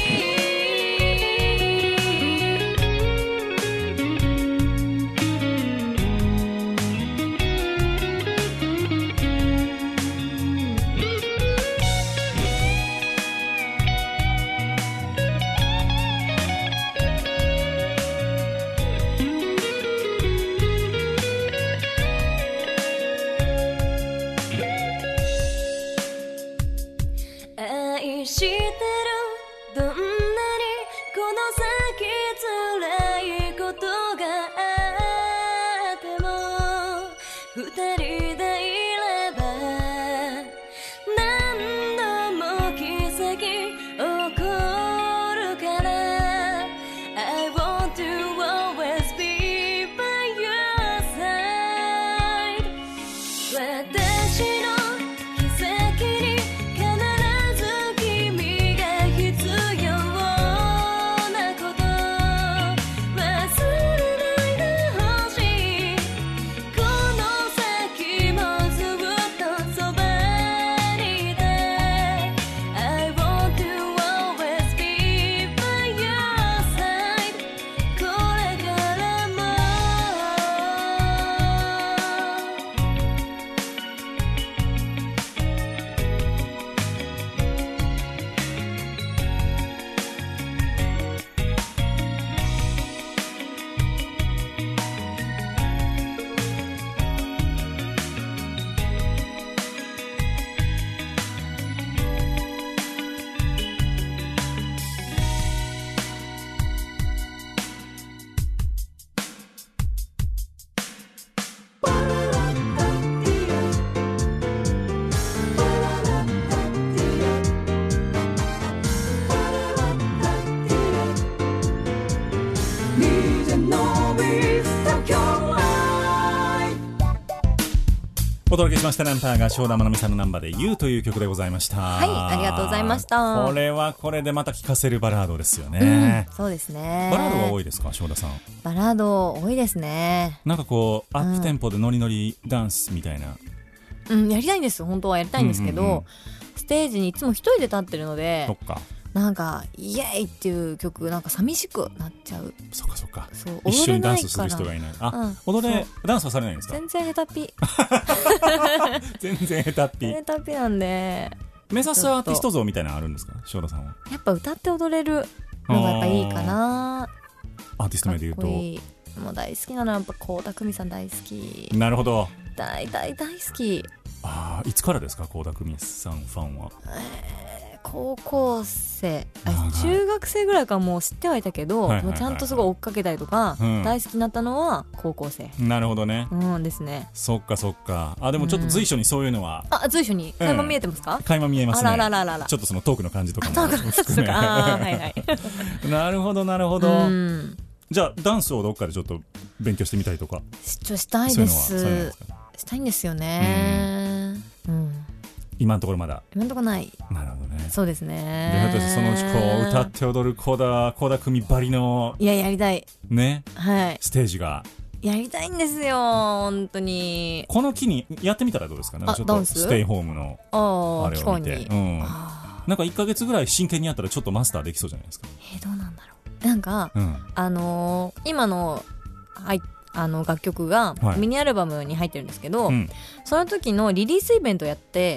愛してる。どんなにこの先辛いことがあっても二人でいれば何度も奇跡起こるから I want to always be by your side 私の奇跡に必ず君が必要なこと忘れないでほしい。この先もずっとそばにいて I want to always be by your side これからもお届けしましたナンパが正田愛美さんのナンバーで You という曲でございました。 はい、ありがとうございました。 これはこれでまた聴かせるバラードですよね、 そうですね。 バラードが多いですか、正田さん。 バラード多いですね。 なんかこうアップテンポでノリノリダンスみたいな、 やりたいんです。本当はやりたいんですけど、ステージにいつも一人で立ってるので、 そっか、 なんかイエーイっていう曲なんか寂しくなっちゃう。 そっかそっか。 そう一緒にダンスする人がいない。踊れダンスはされないんですか。 全然下手っぴ全然下手っぴ下手っぴなんで。 目指すアーティスト像みたいなのあるんですか、正田さんは。 やっぱ歌って踊れるのがやっぱいいかな。 アーティスト名で言うとかっこいい。もう大好きなのはやっぱ倖田來未さん大好き。 なるほど。 大好き。 いつからですか、倖田來未さんファンは。 高校生、中学生ぐらいからもう知ってはいたけど、もうちゃんとすごい追っかけたりとか、大好きになったのは高校生。 なるほどね。 ですね。 そっかそっか。でもちょっと随所にそういうのは、 随所に垣間見えてますか。 垣間見えますね。 あらちょっとそのトークの感じとかも含め。はいはいなるほどなるほど。じゃあダンスをどっかでちょっと勉強してみたりとか。 したいです。したいんですよね。 今のところまだ。 今のところない。 なるほどね。 そうですね。 で、私そのうちこう歌って踊る倖田來未ばりのやりたいね、 はい、 ステージがやりたいんですよ本当に。 この機にやってみたらどうですかね。ちょっとステイホームのあれを見て、なんか1ヶ月ぐらい真剣にやったらちょっとマスターできそうじゃないですか。 どうなんだろう。なんか、今の楽曲がミニアルバムに入ってるんですけど、その時のリリースイベントやって、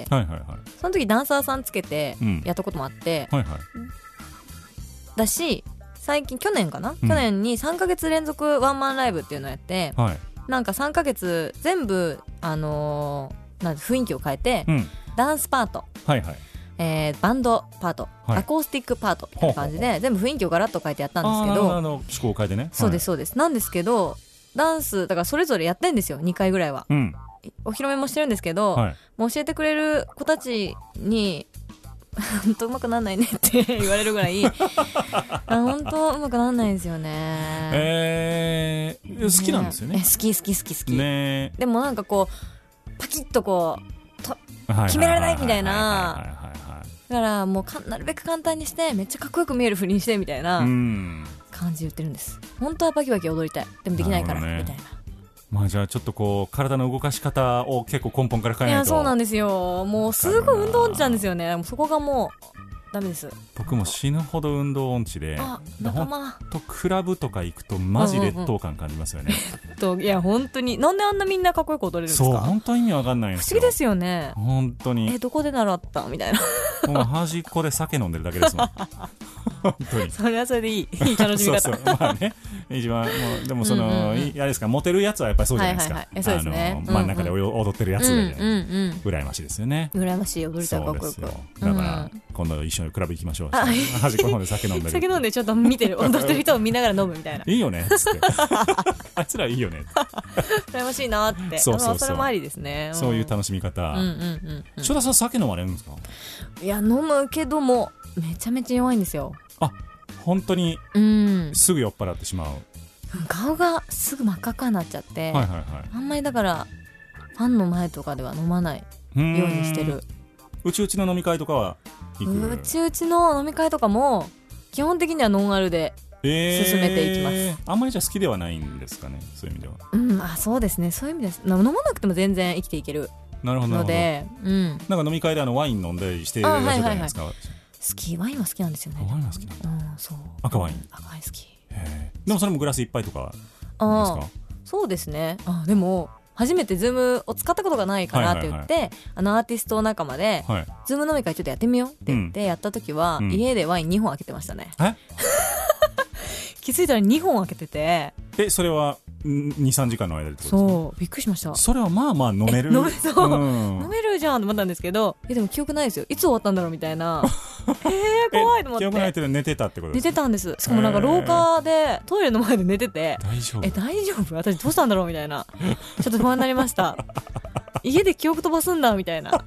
その時ダンサーさんつけてやったこともあって、だし最近去年去年に3ヶ月連続ワンマンライブっていうのをやって、なんか3ヶ月全部雰囲気を変えて、ダンスパート、バンドパート、アコースティックパートみたいな感じで全部雰囲気をガラッと変えてやったんですけど、 思考を変えてね。 そうですそうです。なんですけどダンスだからそれぞれやってんですよ、2回ぐらいは、お披露目もしてるんですけど、もう教えてくれる子たちに本当うまくなんないねって言われるぐらい本当うまくなんないんですよね。 好きなんですよね。 好き、ね、でもなんかこうパキッとこう決められないみたいな、だからもうなるべく簡単にしてめっちゃかっこよく見える振りにしてみたいな感じで言ってるんです。本当はバキバキ踊りたい、でもできないから、みたいな。 まあじゃあちょっとこう体の動かし方を結構根本から変えないと。 そうなんですよ。もうすごい運動音痴なんですよね。もうそこがもうダメです。 僕も死ぬほど運動音痴で、ほんとクラブとか行くとマジ劣等感感じますよね。 いや本当になんであんなみんなかっこよく踊れるんですか。 そう本当意味わかんないんですよ。 不思議ですよね。 本当に。 どこで習ったみたいな。 もう端っこで酒飲んでるだけですもん。本当に。 それはそれでいい楽しみ方。そうまあね、一番もうでもその、あれですか、モテるやつはやっぱりそうじゃないですか。そうですね。真ん中で踊ってるやつで羨ましいですよね。 羨ましい、踊りたいかっこよく。 だから今度一緒にクラブ行きましょう。端っこの方で酒飲んでる。 酒飲んでちょっと見てる踊ってる人を見ながら飲むみたいな。 いいよねっつって。あいつらいいよね。 羨ましいなって。それもありですね。 そういう楽しみ方。翔太さん酒飲まれるんですか。 いや飲むけどもめちゃめちゃ弱いんですよ。 本当にすぐ酔っ払ってしまう。 顔がすぐ真っ赤っかになっちゃって、あんまりだからファンの前とかでは飲まないようにしてる。 うちの飲み会とかは行く。 うちの飲み会とかも基本的にはノンアルで進めていきます。 あんまりじゃ好きではないんですかね、そういう意味では。 そうですね、そういう意味です。飲まなくても全然生きていけるので、 なんか飲み会でワイン飲んだりしていらっしゃるじゃないですか。 ワインは好きなんですよね。 ワインは好きなんだ。 そう。 赤ワイン。 赤ワイン好き。 でもそれもグラス一杯とかですか。 そうですね。でも初めてズームを使ったことがないからって言って、アーティスト仲間で、ズーム飲み会ちょっとやってみようって言ってやった時は、家でワイン2本開けてましたね。気づいたら2本開けてて。 それは2、3時間の間でってことですか。 そうびっくりしました。 それはまあまあ飲める。 飲めるじゃんと思ったんですけど、でも記憶ないですよ。いつ終わったんだろうみたいな。怖いと思って。 記憶ないけど寝てたってことですか。 寝てたんです。しかもなんか廊下でトイレの前で寝てて、 大丈夫私どうしたんだろうみたいな、ちょっと不安になりました。家で記憶飛ばすんだみたいな。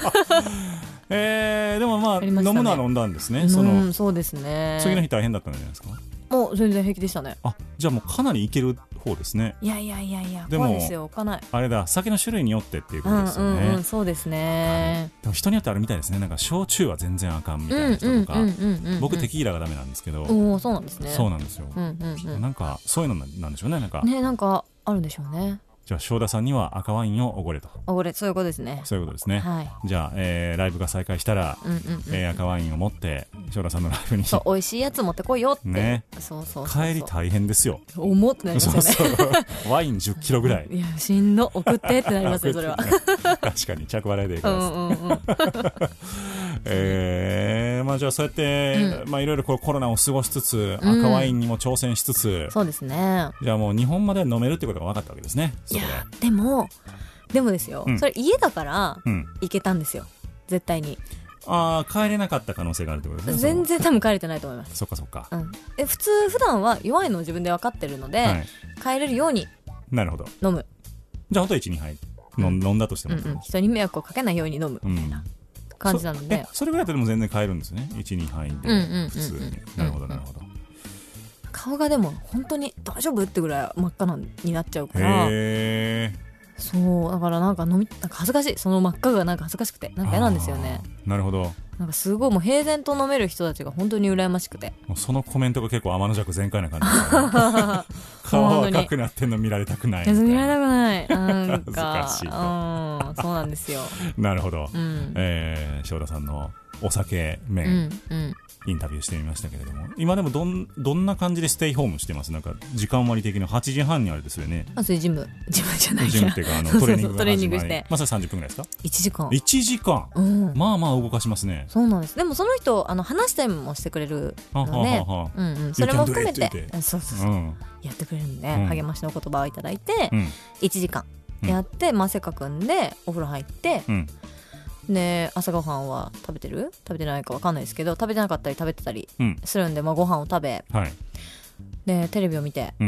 でもまあ飲むのは飲んだんですね。 そうですね。 次の日大変だったんじゃないですか。 もう全然平気でしたね。 じゃあもうかなりいける方ですね。 いや怖いですよ。かなりあれだ、酒の種類によってっていうことですよね。 そうですね。 でも人によってあるみたいですね。なんか焼酎は全然あかんみたいな人とか、僕テキーラがダメなんですけど。 そうなんですね。 そうなんですよ。なんかそういうのなんでしょうね。 なんかあるんでしょうね。 じゃあ翔太さんには赤ワインをおごれと。 そういうことですね。 そういうことですね。じゃあ、ライブが再開したら、赤ワインを持って翔太さんのライブに。 美味しいやつ持ってこいよってね。 帰り大変ですよ。 重ってなりますよね。 ワイン10キロぐらい。 いやしんど、送ってってなりますねそれは。 確かに着払いでいきます。まあじゃあそうやってまあいろいろコロナを過ごしつつ、赤ワインにも挑戦しつつ、 そうですね。 じゃあもう日本まで飲めるってことが分かったわけですね。 いやでもですよ、それ家だから行けたんですよ、絶対に。 帰れなかった可能性があるってことですね。 全然多分帰れてないと思います。 そっかそっか。 普段は弱いのを自分で分かってるので、帰れるようになるほど飲む。 じゃあ本当は 1,2 杯飲んだとしても、 人に迷惑をかけないように飲むみたいな感じなので、 それぐらいでも全然買えるんですね。 1,2 杯で普通に。なるほどなるほど。 顔がでも本当に大丈夫ってぐらい真っ赤になっちゃうから、そうだからなんか恥ずかしい。その真っ赤がなんか恥ずかしくてなんか嫌なんですよね。 なるほど。 なんかすごいもう平然と飲める人たちが本当に羨ましくて、 もうそのコメントが結構天の弱全開な感じです顔赤くなってんの見られたくないみたいな。 見られたくないなんか難しいと、 そうなんですよ。 なるほど、翔太さんのお酒麺、インタビューしてみましたけれども、今でもどんな感じでステイホームしてます？なんか時間割的に8時半にあれですよね。 それジムじゃないや、 ジムっていうかトレーニングが始まり、 トレーニングして、 それ30分ぐらいですか ？1時間。 1時間、まあまあ動かしますね。 そうなんです。でもその人話したりもしてくれるので、それも含めてそうやってくれるんで、励ましの言葉をいただいて、1時間やって、汗かくんでお風呂入って、で朝ごはんは食べてないか分かんないですけど、食べてなかったり食べてたりするんで、ご飯を食べ、でテレビを見て、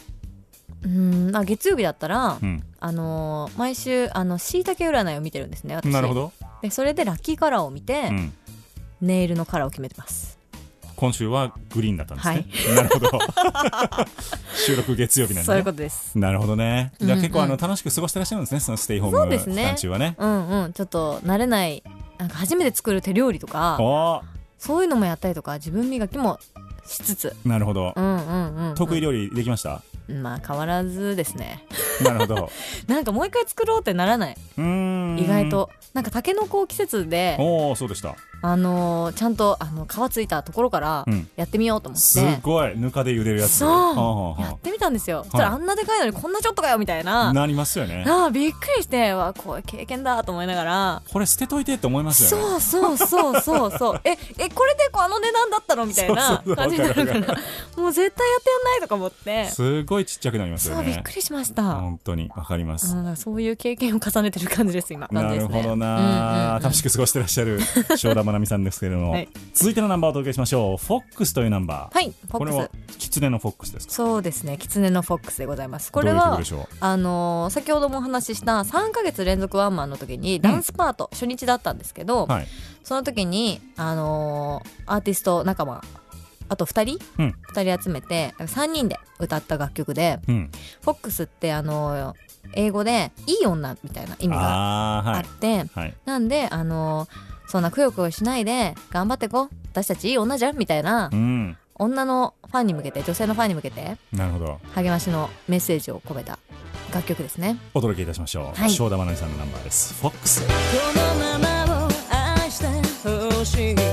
月曜日だったら、毎週しいたけ占いを見てるんですね、私。 なるほど。 でそれでラッキーカラーを見て、ネイルのカラーを決めてます。 今週はグリーンだったんですね、なるほど収録月曜日なんで、ね、 そういうことです。 なるほどね。じゃあ結構楽しく過ごしてらっしゃるんですね、そのステイホーム期間中はね。 ちょっと慣れない、なんか初めて作る手料理とかそういうのもやったりとか、自分磨きもしつつ。 なるほど、得意料理できました？ まあ変わらずですね。 なるほどなんかもう一回作ろうってならない。意外となんかタケノコ季節で、 そうでした。 ちゃんと皮ついたところからやってみようと思って、 すごいぬかで茹でるやつ。 そうやってみたんですよ。そしたらあんなでかいのにこんなちょっとかよみたいななりますよね。 びっくりして、こういう経験だと思いながら、 これ捨てといてって思いますよね。 そうこれで値段だったのみたいな感じになるから、もう絶対やってやんないとか思って、 すごいちっちゃくなりますよね。 びっくりしました。 本当にわかります。 そういう経験を重ねてる感じです今。 なるほどな、楽しく過ごしてらっしゃる正田愛美さんですけれども、続いてのナンバーをお届けしましょう。フォックスというナンバー。これはキツネのフォックスですか？ そうですね、キツネのフォックスでございます。これは先ほどもお話しした3ヶ月連続ワンマンの時にダンスパート、初日だったんですけど、その時にアーティスト仲間あと2人集めて3人で歌った楽曲で、フォックスって英語でいい女みたいな意味があって、なんでそんなくよくよしないで頑張ってこう、私たちいい女じゃんみたいな、女のファンに向けて、女性のファンに向けて、 なるほど、 励ましのメッセージを込めた楽曲ですね。 お届けいたしましょう。正田愛美さんのナンバーです。フォックス。 このままを愛してほしい、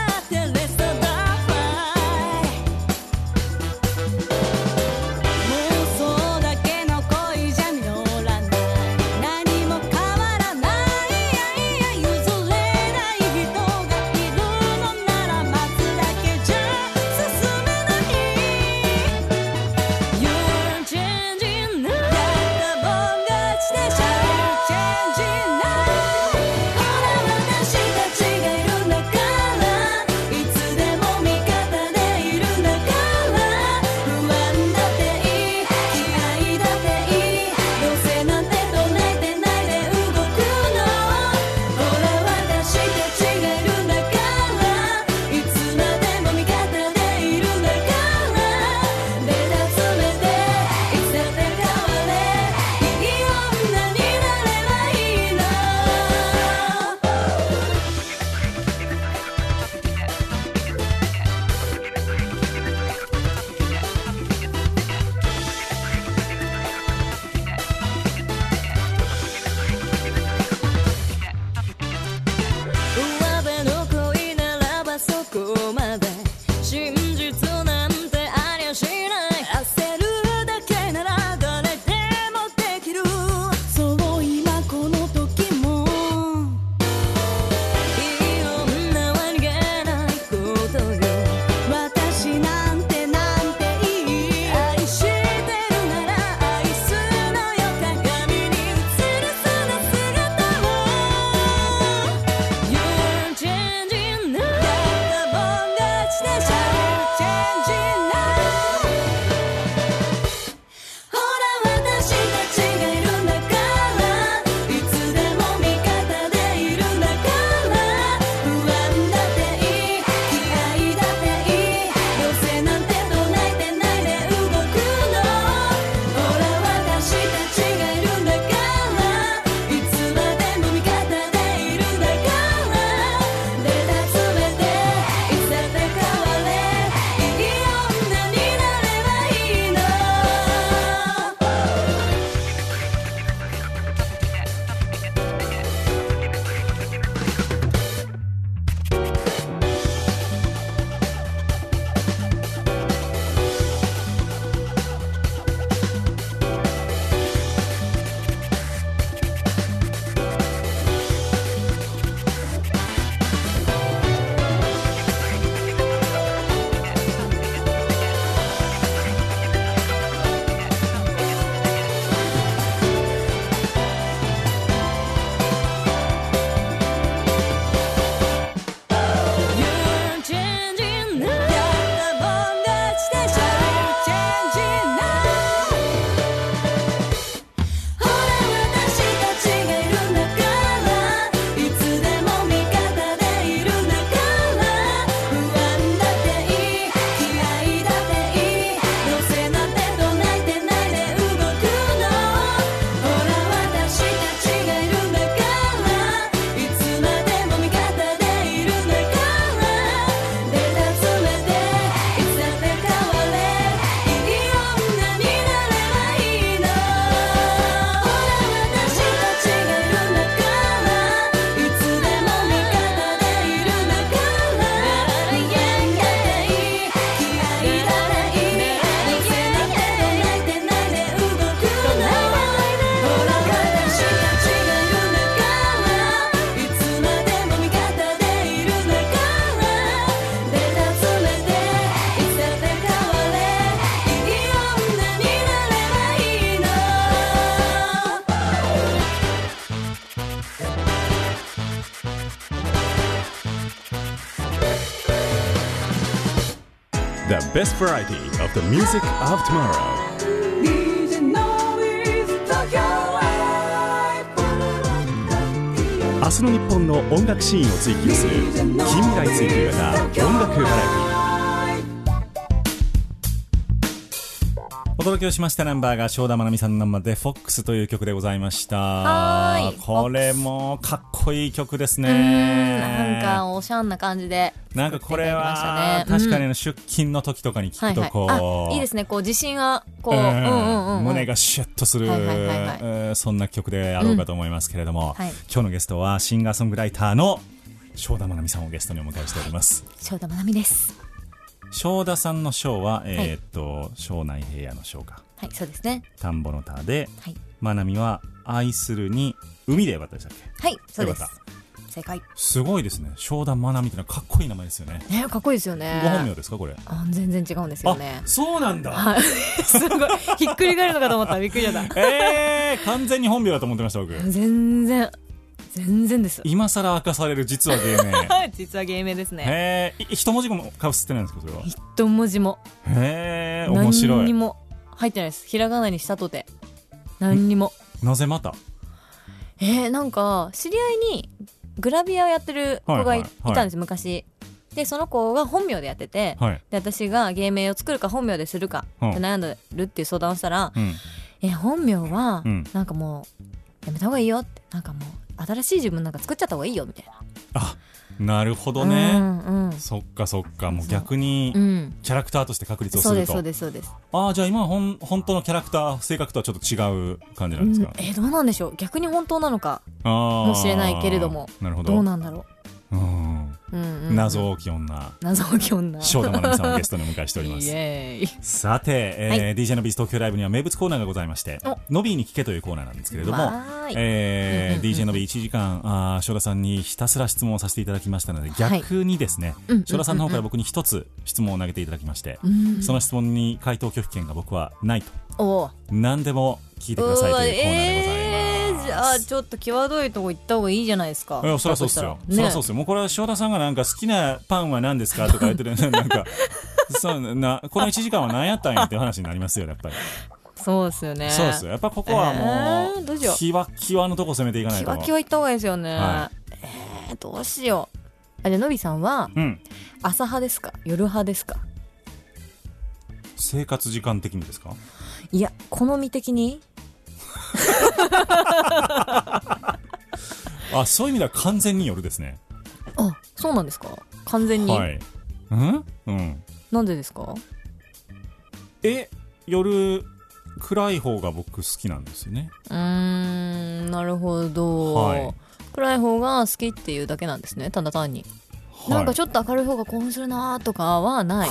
もう best variety of the music of tomorrow. DJ Nobis Tokyo Live 明日の日本の音楽シーンを追求する近未来追求型音楽バラエティ。お届けをしましたナンバーが正田真奈美さんのナンバーで FOX という曲でございました。これもかっこいい曲ですね。 なんかおしゃんな感じで、 なんかこれは確かに出勤の時とかに聞くとこう、 いいですね。こう自信がこう、 胸がシュッとする、そんな曲であろうかと思いますけれども、今日のゲストはシンガーソングライターの正田真奈美さんをゲストにお迎えしております。 正田真奈美です。 正田さんの正は、庄内平野の正か。 はい、そうですね。 田んぼの田で、真奈美は愛するに海でよかったでしたっけ。 はい、そうです。正解。 すごいですね。正田真奈美ってのはかっこいい名前ですよね。 ね、かっこいいですよね。 ご本名ですかこれ。 全然違うんですよね。 そうなんだ。 はい。すごいひっくり返るのかと思った。びっくりしちゃった。 完全に本名だと思ってました僕。 全然です。 今更明かされる実は芸名。 実は芸名ですね。 一文字もかぶせてないんですかそれは。 一文字も。 面白い。 何にも入ってないです。ひらがなにしたとて何にも。 なぜまた。 なんか知り合いにグラビアをやってる子がいたんです、昔。でその子が本名でやってて、で私が芸名を作るか本名でするかって悩んでるっていう相談をしたら、本名はなんかもうやめた方がいいよって、なんかもう新しい自分なんか作っちゃった方がいいよみたいな。 なるほどね。そっかそっか。もう逆にキャラクターとして確立をすると。 そうですそうです。 じゃあ今は本当のキャラクター性格とはちょっと違う感じなんですか。 どうなんでしょう。逆に本当なのかもしれないけれども。 なるほど。 どうなんだろう。 謎多き女正田真奈美さんをゲストにお迎えしております。 イエーイ。 さて、DJ のビーズ東京ライブには名物コーナーがございまして、ノビーに聞けというコーナーなんですけれども、DJ のビー1時間正田さんにひたすら質問をさせていただきましたので、逆にですね、正田さんの方から僕に一つ質問を投げていただきまして、その質問に回答拒否権が僕はないと、何でも聞いてくださいというコーナーでございます。 じゃあちょっと際どいとこ行った方がいいじゃないですか。 そりゃそうですよ。そりゃそうですよ。もうこれは正田さんがなんか好きなパンは何ですかとか言ってるなんかこの1時間は何やったんやっていう話になりますよやっぱり。 そうですよね。 そうですよ。やっぱここはもうキワキワのとこ攻めていかないと。 キワキワ行った方がいいですよね。どうしよう。じゃあのびさんは朝派ですか夜派ですか。 生活時間的にですか。 いや好み的にそういう意味では完全に夜ですね。 そうなんですか。完全に。なんでですか。 夜暗い方が僕好きなんですよね。 なるほど、暗い方が好きっていうだけなんですね。ただ単に、なんかちょっと明るい方が興奮するなとかはない。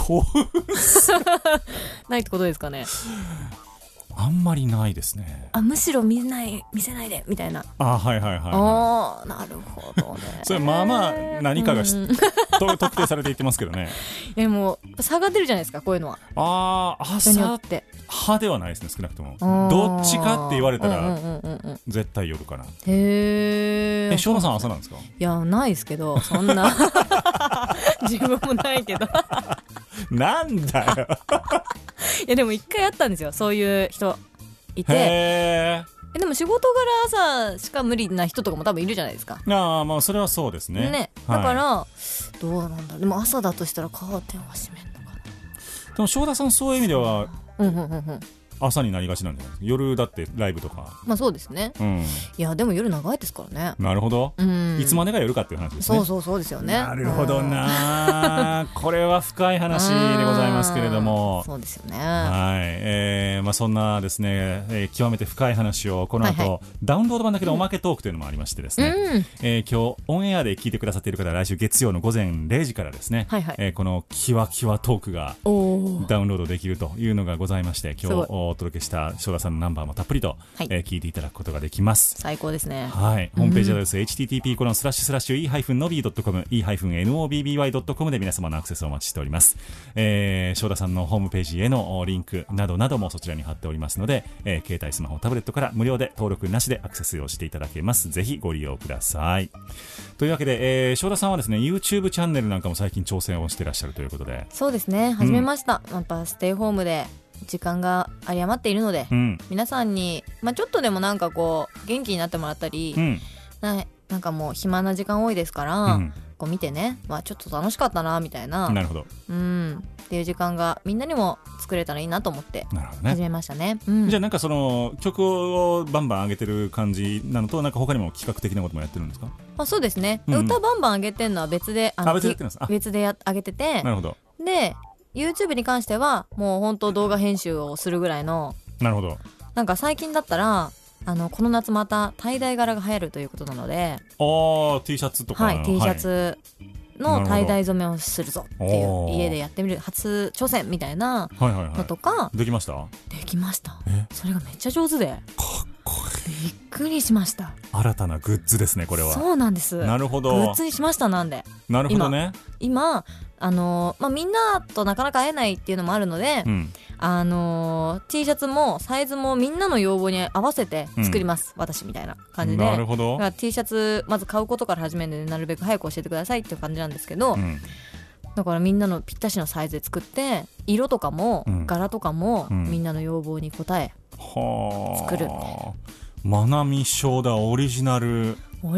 ないってことですかね。 あんまりないですね。 むしろ見せないでみたいな。 なるほどね。 それまあまあ何かが特定されていってますけどね。 もう差が出るじゃないですかこういうのは。 朝って派ではないですね。少なくともどっちかって言われたら絶対夜かな。正田さん朝なんですか。 いやないですけどそんな自分もないけどなんだよいやでも一回あったんですよそういう人いて。でも仕事柄朝しか無理な人とかも多分いるじゃないですか。 まあそれはそうですね。 だから、どうなんだろう。でも朝だとしたらカーテンは閉めんのかな。 でも正田さんそういう意味では朝になりがちなんじゃないですか。夜だってライブとか。 そうですね、いやでも夜長いですからね。 なるほど、いつまでが夜かっていう話ですね。 そうですよね。 なるほどなこれは深い話でございますけれども。 そうですよね。 そんなですね、極めて深い話をこの後、ダウンロード版だけでおまけトークというのもありましてですね、今日オンエアで聞いてくださっている方は来週月曜の午前0時からですね、このキワキワトークがダウンロードできるというのがございまして、今日お届けした正田さんのナンバーもたっぷりと、聞いていただくことができます。 最高ですね。 はい、ホームページアドレス、http://e-nobby.com e-nobby.com で皆様のアクセスをお待ちしております。正田さんのホームページへのリンクなどなどもそちらに貼っておりますので、携帯スマホタブレットから無料で登録なしでアクセスをしていただけます。ぜひご利用ください。というわけで、正田さんはですね YouTube チャンネルなんかも最近挑戦をしていらっしゃるということで。 そうですね、始めました。やっぱステイホームで時間が有り余っているので、皆さんに、ちょっとでもなんかこう元気になってもらったり、なんかもう暇な時間多いですから、こう見てね、ちょっと楽しかったなみたいな、 なるほど、 っていう時間がみんなにも作れたらいいなと思って始めましたね。 じゃあなんかその曲をバンバン上げてる感じなのと、なんか他にも企画的なこともやってるんですか？ そうですね、歌バンバン上げてるのは別で別で上げてて、 なるほど。 で YouTube に関してはもう本当動画編集をするぐらいの。 なるほど。 なんか最近だったらこの夏またタイダイ柄が流行るということなので、 T シャツとか、 T シャツのタイダイ染めをするぞっていう家でやってみる初挑戦みたいなのとか、 できました？ できました。それがめっちゃ上手でかっこいい。 びっくりしました。 新たなグッズですねこれは。 そうなんです。 なるほど。 グッズにしました。なんでなるほどね。 今みんなとなかなか会えないっていうのもあるので、T シャツもサイズもみんなの要望に合わせて作ります、私みたいな感じで。 なるほど。 だから T シャツまず買うことから始めるので、なるべく早く教えてくださいっていう感じなんですけど、だからみんなのぴったしのサイズで作って、色とかも、柄とかも、みんなの要望に応え作るんで。 まなみ正田オリジナル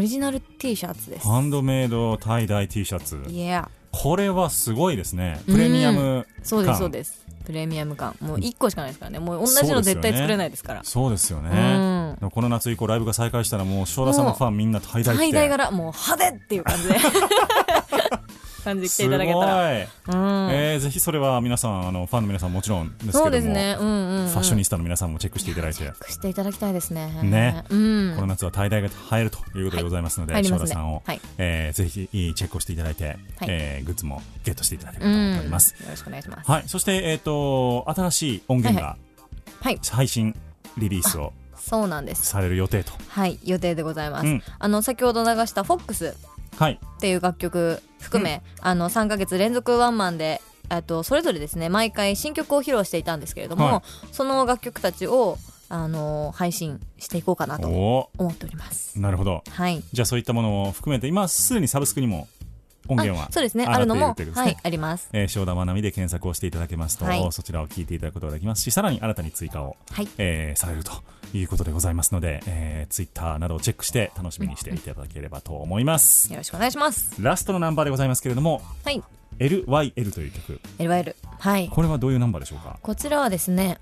T シャツです。 ハンドメイドタイダイ T シャツ。 Yeah。 これはすごいですね。プレミアム感。 そうですそうです。プレミアム感。もう1個しかないですからね。もう同じの絶対作れないですから。 そうですよね。この夏以降ライブが再開したらもう正田さんのファンみんなタイダイって。タイダイ柄もう派手っていう感じで感じで来ていただけたら。 ぜひそれは皆さんファンの皆さんもちろんですけども、 そうですね、ファッショニスタの皆さんもチェックしていただいて。 チェックしていただきたいですね。 この夏はタイダイが映えるということでございますので、正田さんをぜひチェックをしていただいて、グッズもゲットしていただければと思っております。 よろしくお願いします。 はい、そして新しい音源が配信リリースをそうなんです。 される予定と。 はい、予定でございます。先ほど流したフォックスっていう楽曲含め、3ヶ月連続ワンマンでそれぞれですね毎回新曲を披露していたんですけれども、その楽曲たちを配信していこうかなと思っております。 なるほど、じゃあそういったものを含めて今すでにサブスクにも音源はそうですね、あるのもあります。 正田まなみで検索をしていただけますと、そちらを聞いていただくことができますし、さらに新たに追加をされるということでございますので、ツイッターなどをチェックして楽しみにしていただければと思います。 よろしくお願いします。 ラストのナンバーでございますけれども、LYL という曲。 LYL、 これはどういうナンバーでしょうか？ こちらはですね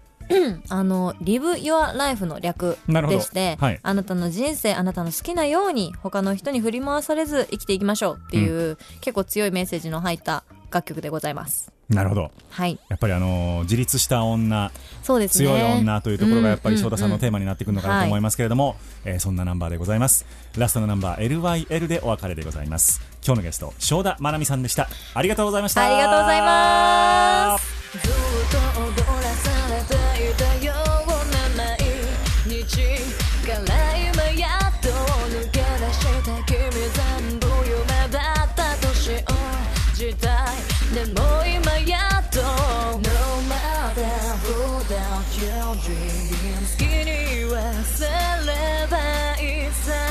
Live Your Life の略でして、あなたの人生あなたの好きなように他の人に振り回されず生きていきましょうっていう、結構強いメッセージの入った楽曲でございます。 なるほど、やっぱり自立した女、 そうですね、 強い女というところがやっぱり正田さんのテーマになってくるのかなと思いますけれども、そんなナンバーでございます。ラストのナンバー LYL でお別れでございます。今日のゲスト正田まなみさんでした。ありがとうございました。 ありがとうございます。 ずっと踊らされていたような毎日から今やっと抜け出した君全部夢だった年を時代でも今やっと No matter without your dreams 好きに言わせればいいさ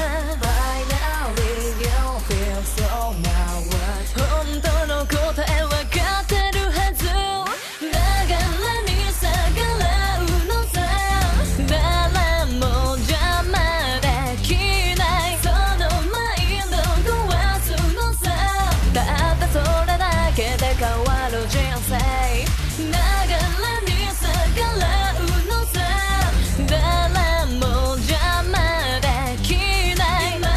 Finally you feel so now what 本当の答え分かってるはず流れに逆らうのさ誰も邪魔できないそのマインド壊すのさたったそれだけで変わる人生流れに逆らうのさ誰も邪魔できない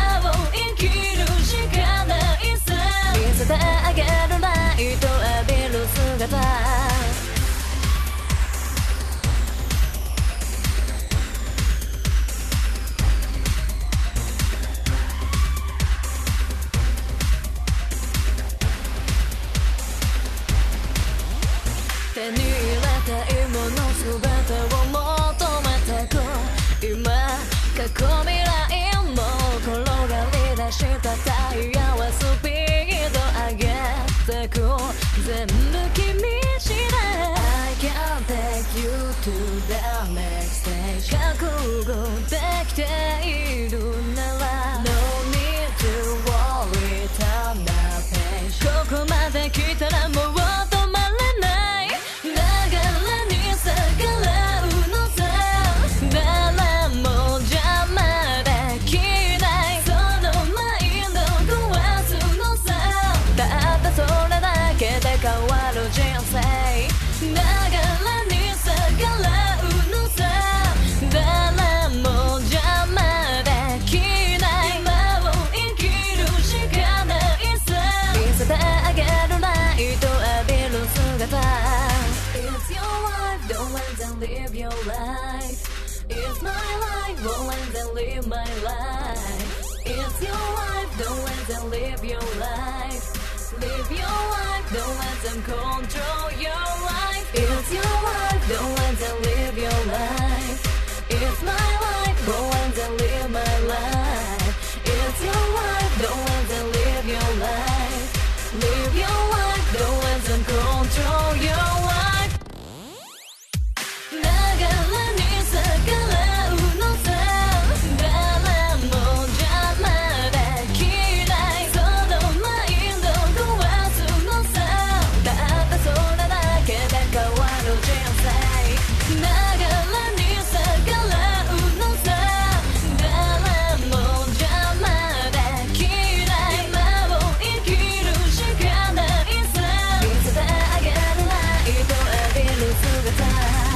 全部君次第 I can take you to the next stage 覚悟できているなら No need to worry turn the page ここまで来たらもう止まれない流れに逆らうのさ誰も邪魔できないそのマインド壊すのさたったそれだけで変わる人生流れに逆らうのさ誰も邪魔できない今を生きるしかないさ見せてあげるライト浴びる姿 It's your life, don't let them live your life It's my life, won't let them live my life It's your life, don't let them live your life Live your life, don't let them control your life It's your life, don't let them live your life It's my life, won't let them live my life It's your life, don't let them live your life Live your life, don't let them control your life 流れに逆らうのさ誰も邪魔できないそのマインド壊すのさたったそれだけで変わる人生流れに逆らうのさ誰も邪魔できない今を生きるしかないさ見せてあげるライト浴びる姿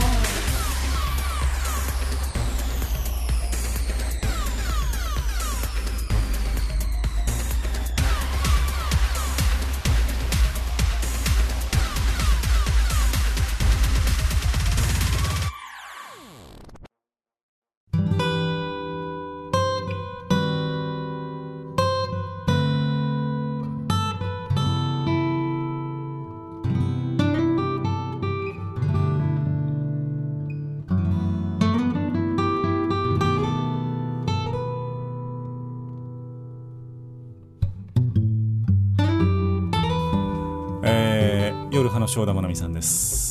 夜派の正田真奈美さんです。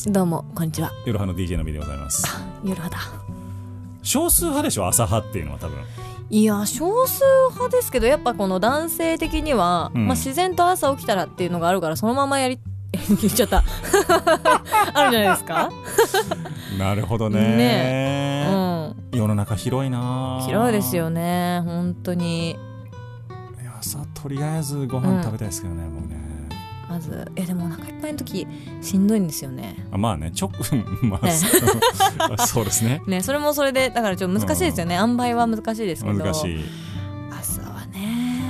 どうもこんにちは。 夜派の DJ のみでございます。 夜派だ。 少数派でしょ、朝派っていうのは多分。 いや少数派ですけどやっぱこの男性的には、自然と朝起きたらっていうのがあるからそのまま言っちゃったあるじゃないですかなるほどね。世の中広いな。 広いですよね本当に。 朝とりあえずご飯食べたいですけどね、僕ね。 まずでもお腹いっぱいの時しんどいんですよね。 まあねまあ、ね、そうですね。 ねそれもそれでだからちょっと難しいですよね。塩梅は難しいですけど。 難しい。 朝はね。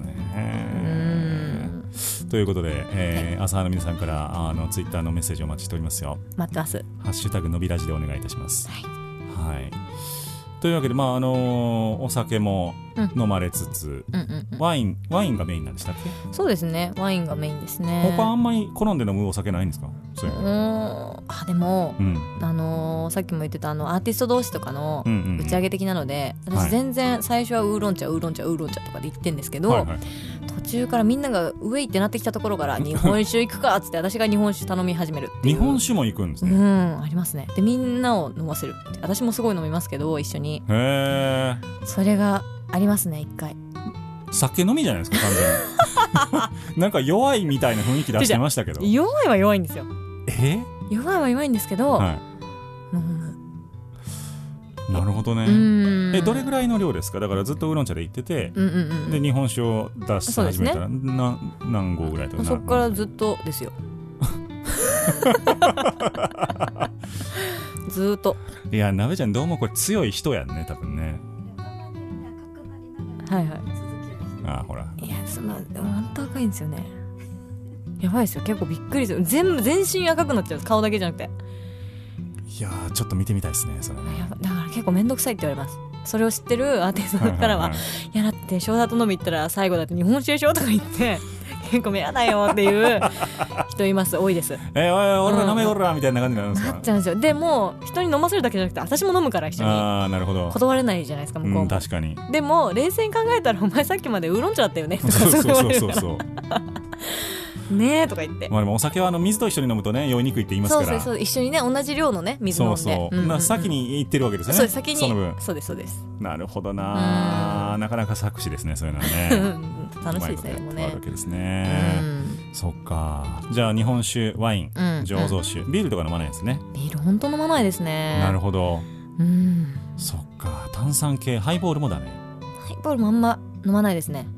ということで、朝派の皆さんからツイッターのメッセージをお待ちしておりますよ。 待ってます。 ハッシュタグのびラジでお願いいたします。 はい。 はい。というわけで、お酒も飲まれつつ、ワインがメインなんでしたっけ？ そうですね、ワインがメインですね。 他あんまり好んで飲むお酒ないんですか？ でも、さっきも言ってたアーティスト同士とかの打ち上げ的なので、私全然最初はウーロン茶とかで言ってんですけど、途中からみんながウェイってなってきたところから日本酒行くかっつって私が日本酒頼み始めるっていう。 日本酒も行くんですね。 ありますね。でみんなを飲ませる。私もすごい飲みますけど一緒に。 へー。 それがありますね一回。 酒飲みじゃないですか完全になんか弱いみたいな雰囲気出してましたけど。 弱いは弱いんですよ。弱いは弱いんですけど、飲む。 なるほどね。どれぐらいの量ですか？だからずっとウーロン茶で行ってて、で日本酒を出し始めたら、何合ぐらいとか。 そこからずっとですよずっと。 いやなべちゃんどうもこれ強い人やんね多分ね。 はいはい。 ほら。 いや本当赤いんですよね。やばいですよ。結構びっくりする。全身赤くなっちゃうんです。顔だけじゃなくて。 いやちょっと見てみたいですねそれね。 だから結構めんどくさいって言われます。それを知ってるアーティストからは、いやだって正田と飲み行ったら最後だって日本酒でしょとか言って結構嫌だよっていう人います。多いです。 おい俺ら飲めおらみたいな感じになるんですか？ なっちゃうんですよ。でも人に飲ませるだけじゃなくて私も飲むから一緒に。 なるほど。 断れないじゃないですか向こうも。 確かに。 でも冷静に考えたらお前さっきまでウーロン茶だったよねとかそうねえとか言って、 まあ、でもお酒は水と一緒に飲むとね酔いにくいって言いますから、 そう一緒にね同じ量のね水飲んで、 そう、先に言ってるわけですよね。 そう先にその分、 そうですなるほどな、なかなか作詞ですね、そういうのはね楽しいですね。でもね、 あるわけですね、そっか。じゃあ日本酒、ワイン、醸造酒、ビールとか飲まないですね。 ビール本当飲まないですね。 なるほど、そっか。炭酸系、ハイボールもダメ。 ハイボールもあんま飲まないですね。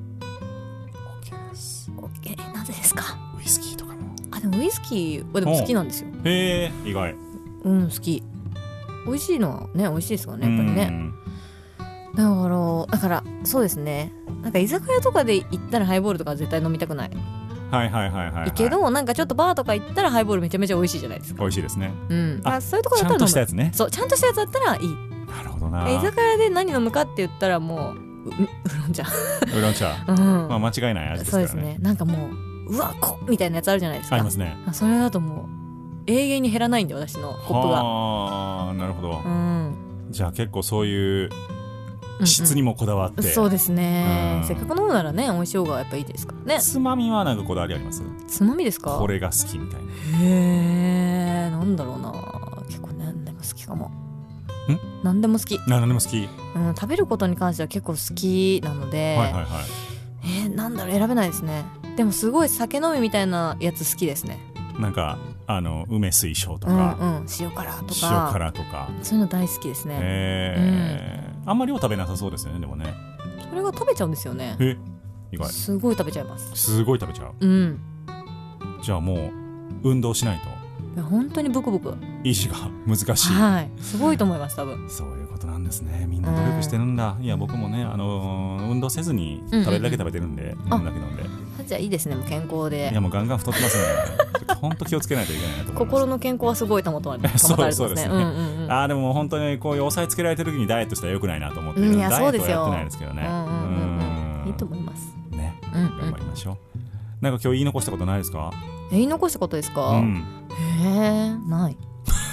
OK です。 OK、 なぜですか。 ウイスキーとかも。 でもウイスキーはでも好きなんですよ。 へえ、意外。 好き。美味しいのはね美味しいですからね、やっぱりね。だからそうですね。なんか居酒屋とかで行ったらハイボールとか絶対飲みたくない。けどなんかちょっとバーとか行ったらハイボールめちゃめちゃ美味しいじゃないですか。 美味しいですね。 そういうところだったらちゃんとしたやつね。 そう、ちゃんとしたやつだったらいい。 なるほどな。 居酒屋で何飲むかって言ったらもうウーロン茶。 ウーロン茶。まあ間違いない味ですからね。 そうですね。なんかもううわこみたいなやつあるじゃないですか。 ありますね。 それだともう永遠に減らないんで、私のコップが。 なるほど。じゃあ結構そういう質にもこだわって、 そうですね。せっかく飲むならね美味しい方がやっぱいいですからね。 つまみはなんかこだわりあります？ つまみですか？ これが好きみたいな。 へえ、なんだろうな。結構何でも好きかも。何でも好き。 何でも好き。 食べることに関しては結構好きなので、なんだろう、選べないですね。でもすごい酒飲みみたいなやつ好きですね。 なんか梅水晶とか、 塩辛とかそういうの大好きですね。 あんまり量食べなさそうですよね。でもね、 それが食べちゃうんですよね。 意外。 すごい食べちゃいます。 すごい食べちゃう。じゃあもう運動しないと。 本当にブクブク維持が難しい。 すごいと思います。多分そういうことなんですね。みんな努力してるんだ。いや僕もね運動せずに食べるだけ食べてるんで、飲むだけ飲んで。じゃあいいですね。もう健康で。 いやもうガンガン太ってますね。本当気をつけないといけないなと思います。 心の健康はすごい保たれてますね。 そうですね。でも本当にこういう抑えつけられてる時にダイエットしたら良くないなと思って、ダイエットはやってないですけどね。 いいと思いますね。頑張りましょう。なんか今日言い残したことないですか？ 言い残したことですか？ない。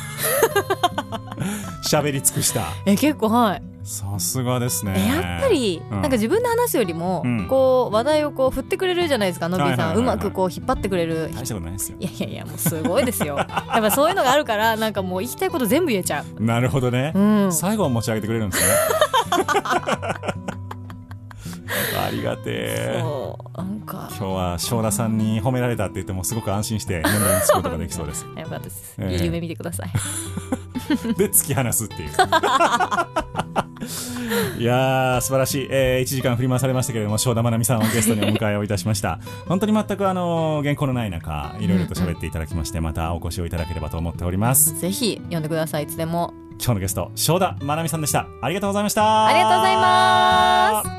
喋り尽くした。 結構さすがですね。 やっぱりなんか自分で話すよりもこう話題をこう振ってくれるじゃないですか。のびさんうまくこう引っ張ってくれる。 大したことないですよ。 いやもうすごいですよ。やっぱそういうのがあるからなんかもう言いたいこと全部言えちゃう。 なるほどね。最後は持ち上げてくれるんですね。ありがてえ。なんか今日は正田さんに褒められたって言ってもすごく安心して眠りにつくことができそうです。 よかったです。いい夢見てください。 で突き放すっていう。いやー素晴らしい、1時間振り回されましたけれども、正田愛美さんをゲストにお迎えをいたしました。本当に全く原稿のない中いろいろと喋っていただきまして、またお越しをいただければと思っております。 ぜひ呼んでください。いつでも。 今日のゲスト正田愛美さんでした。ありがとうございました。 ありがとうございます。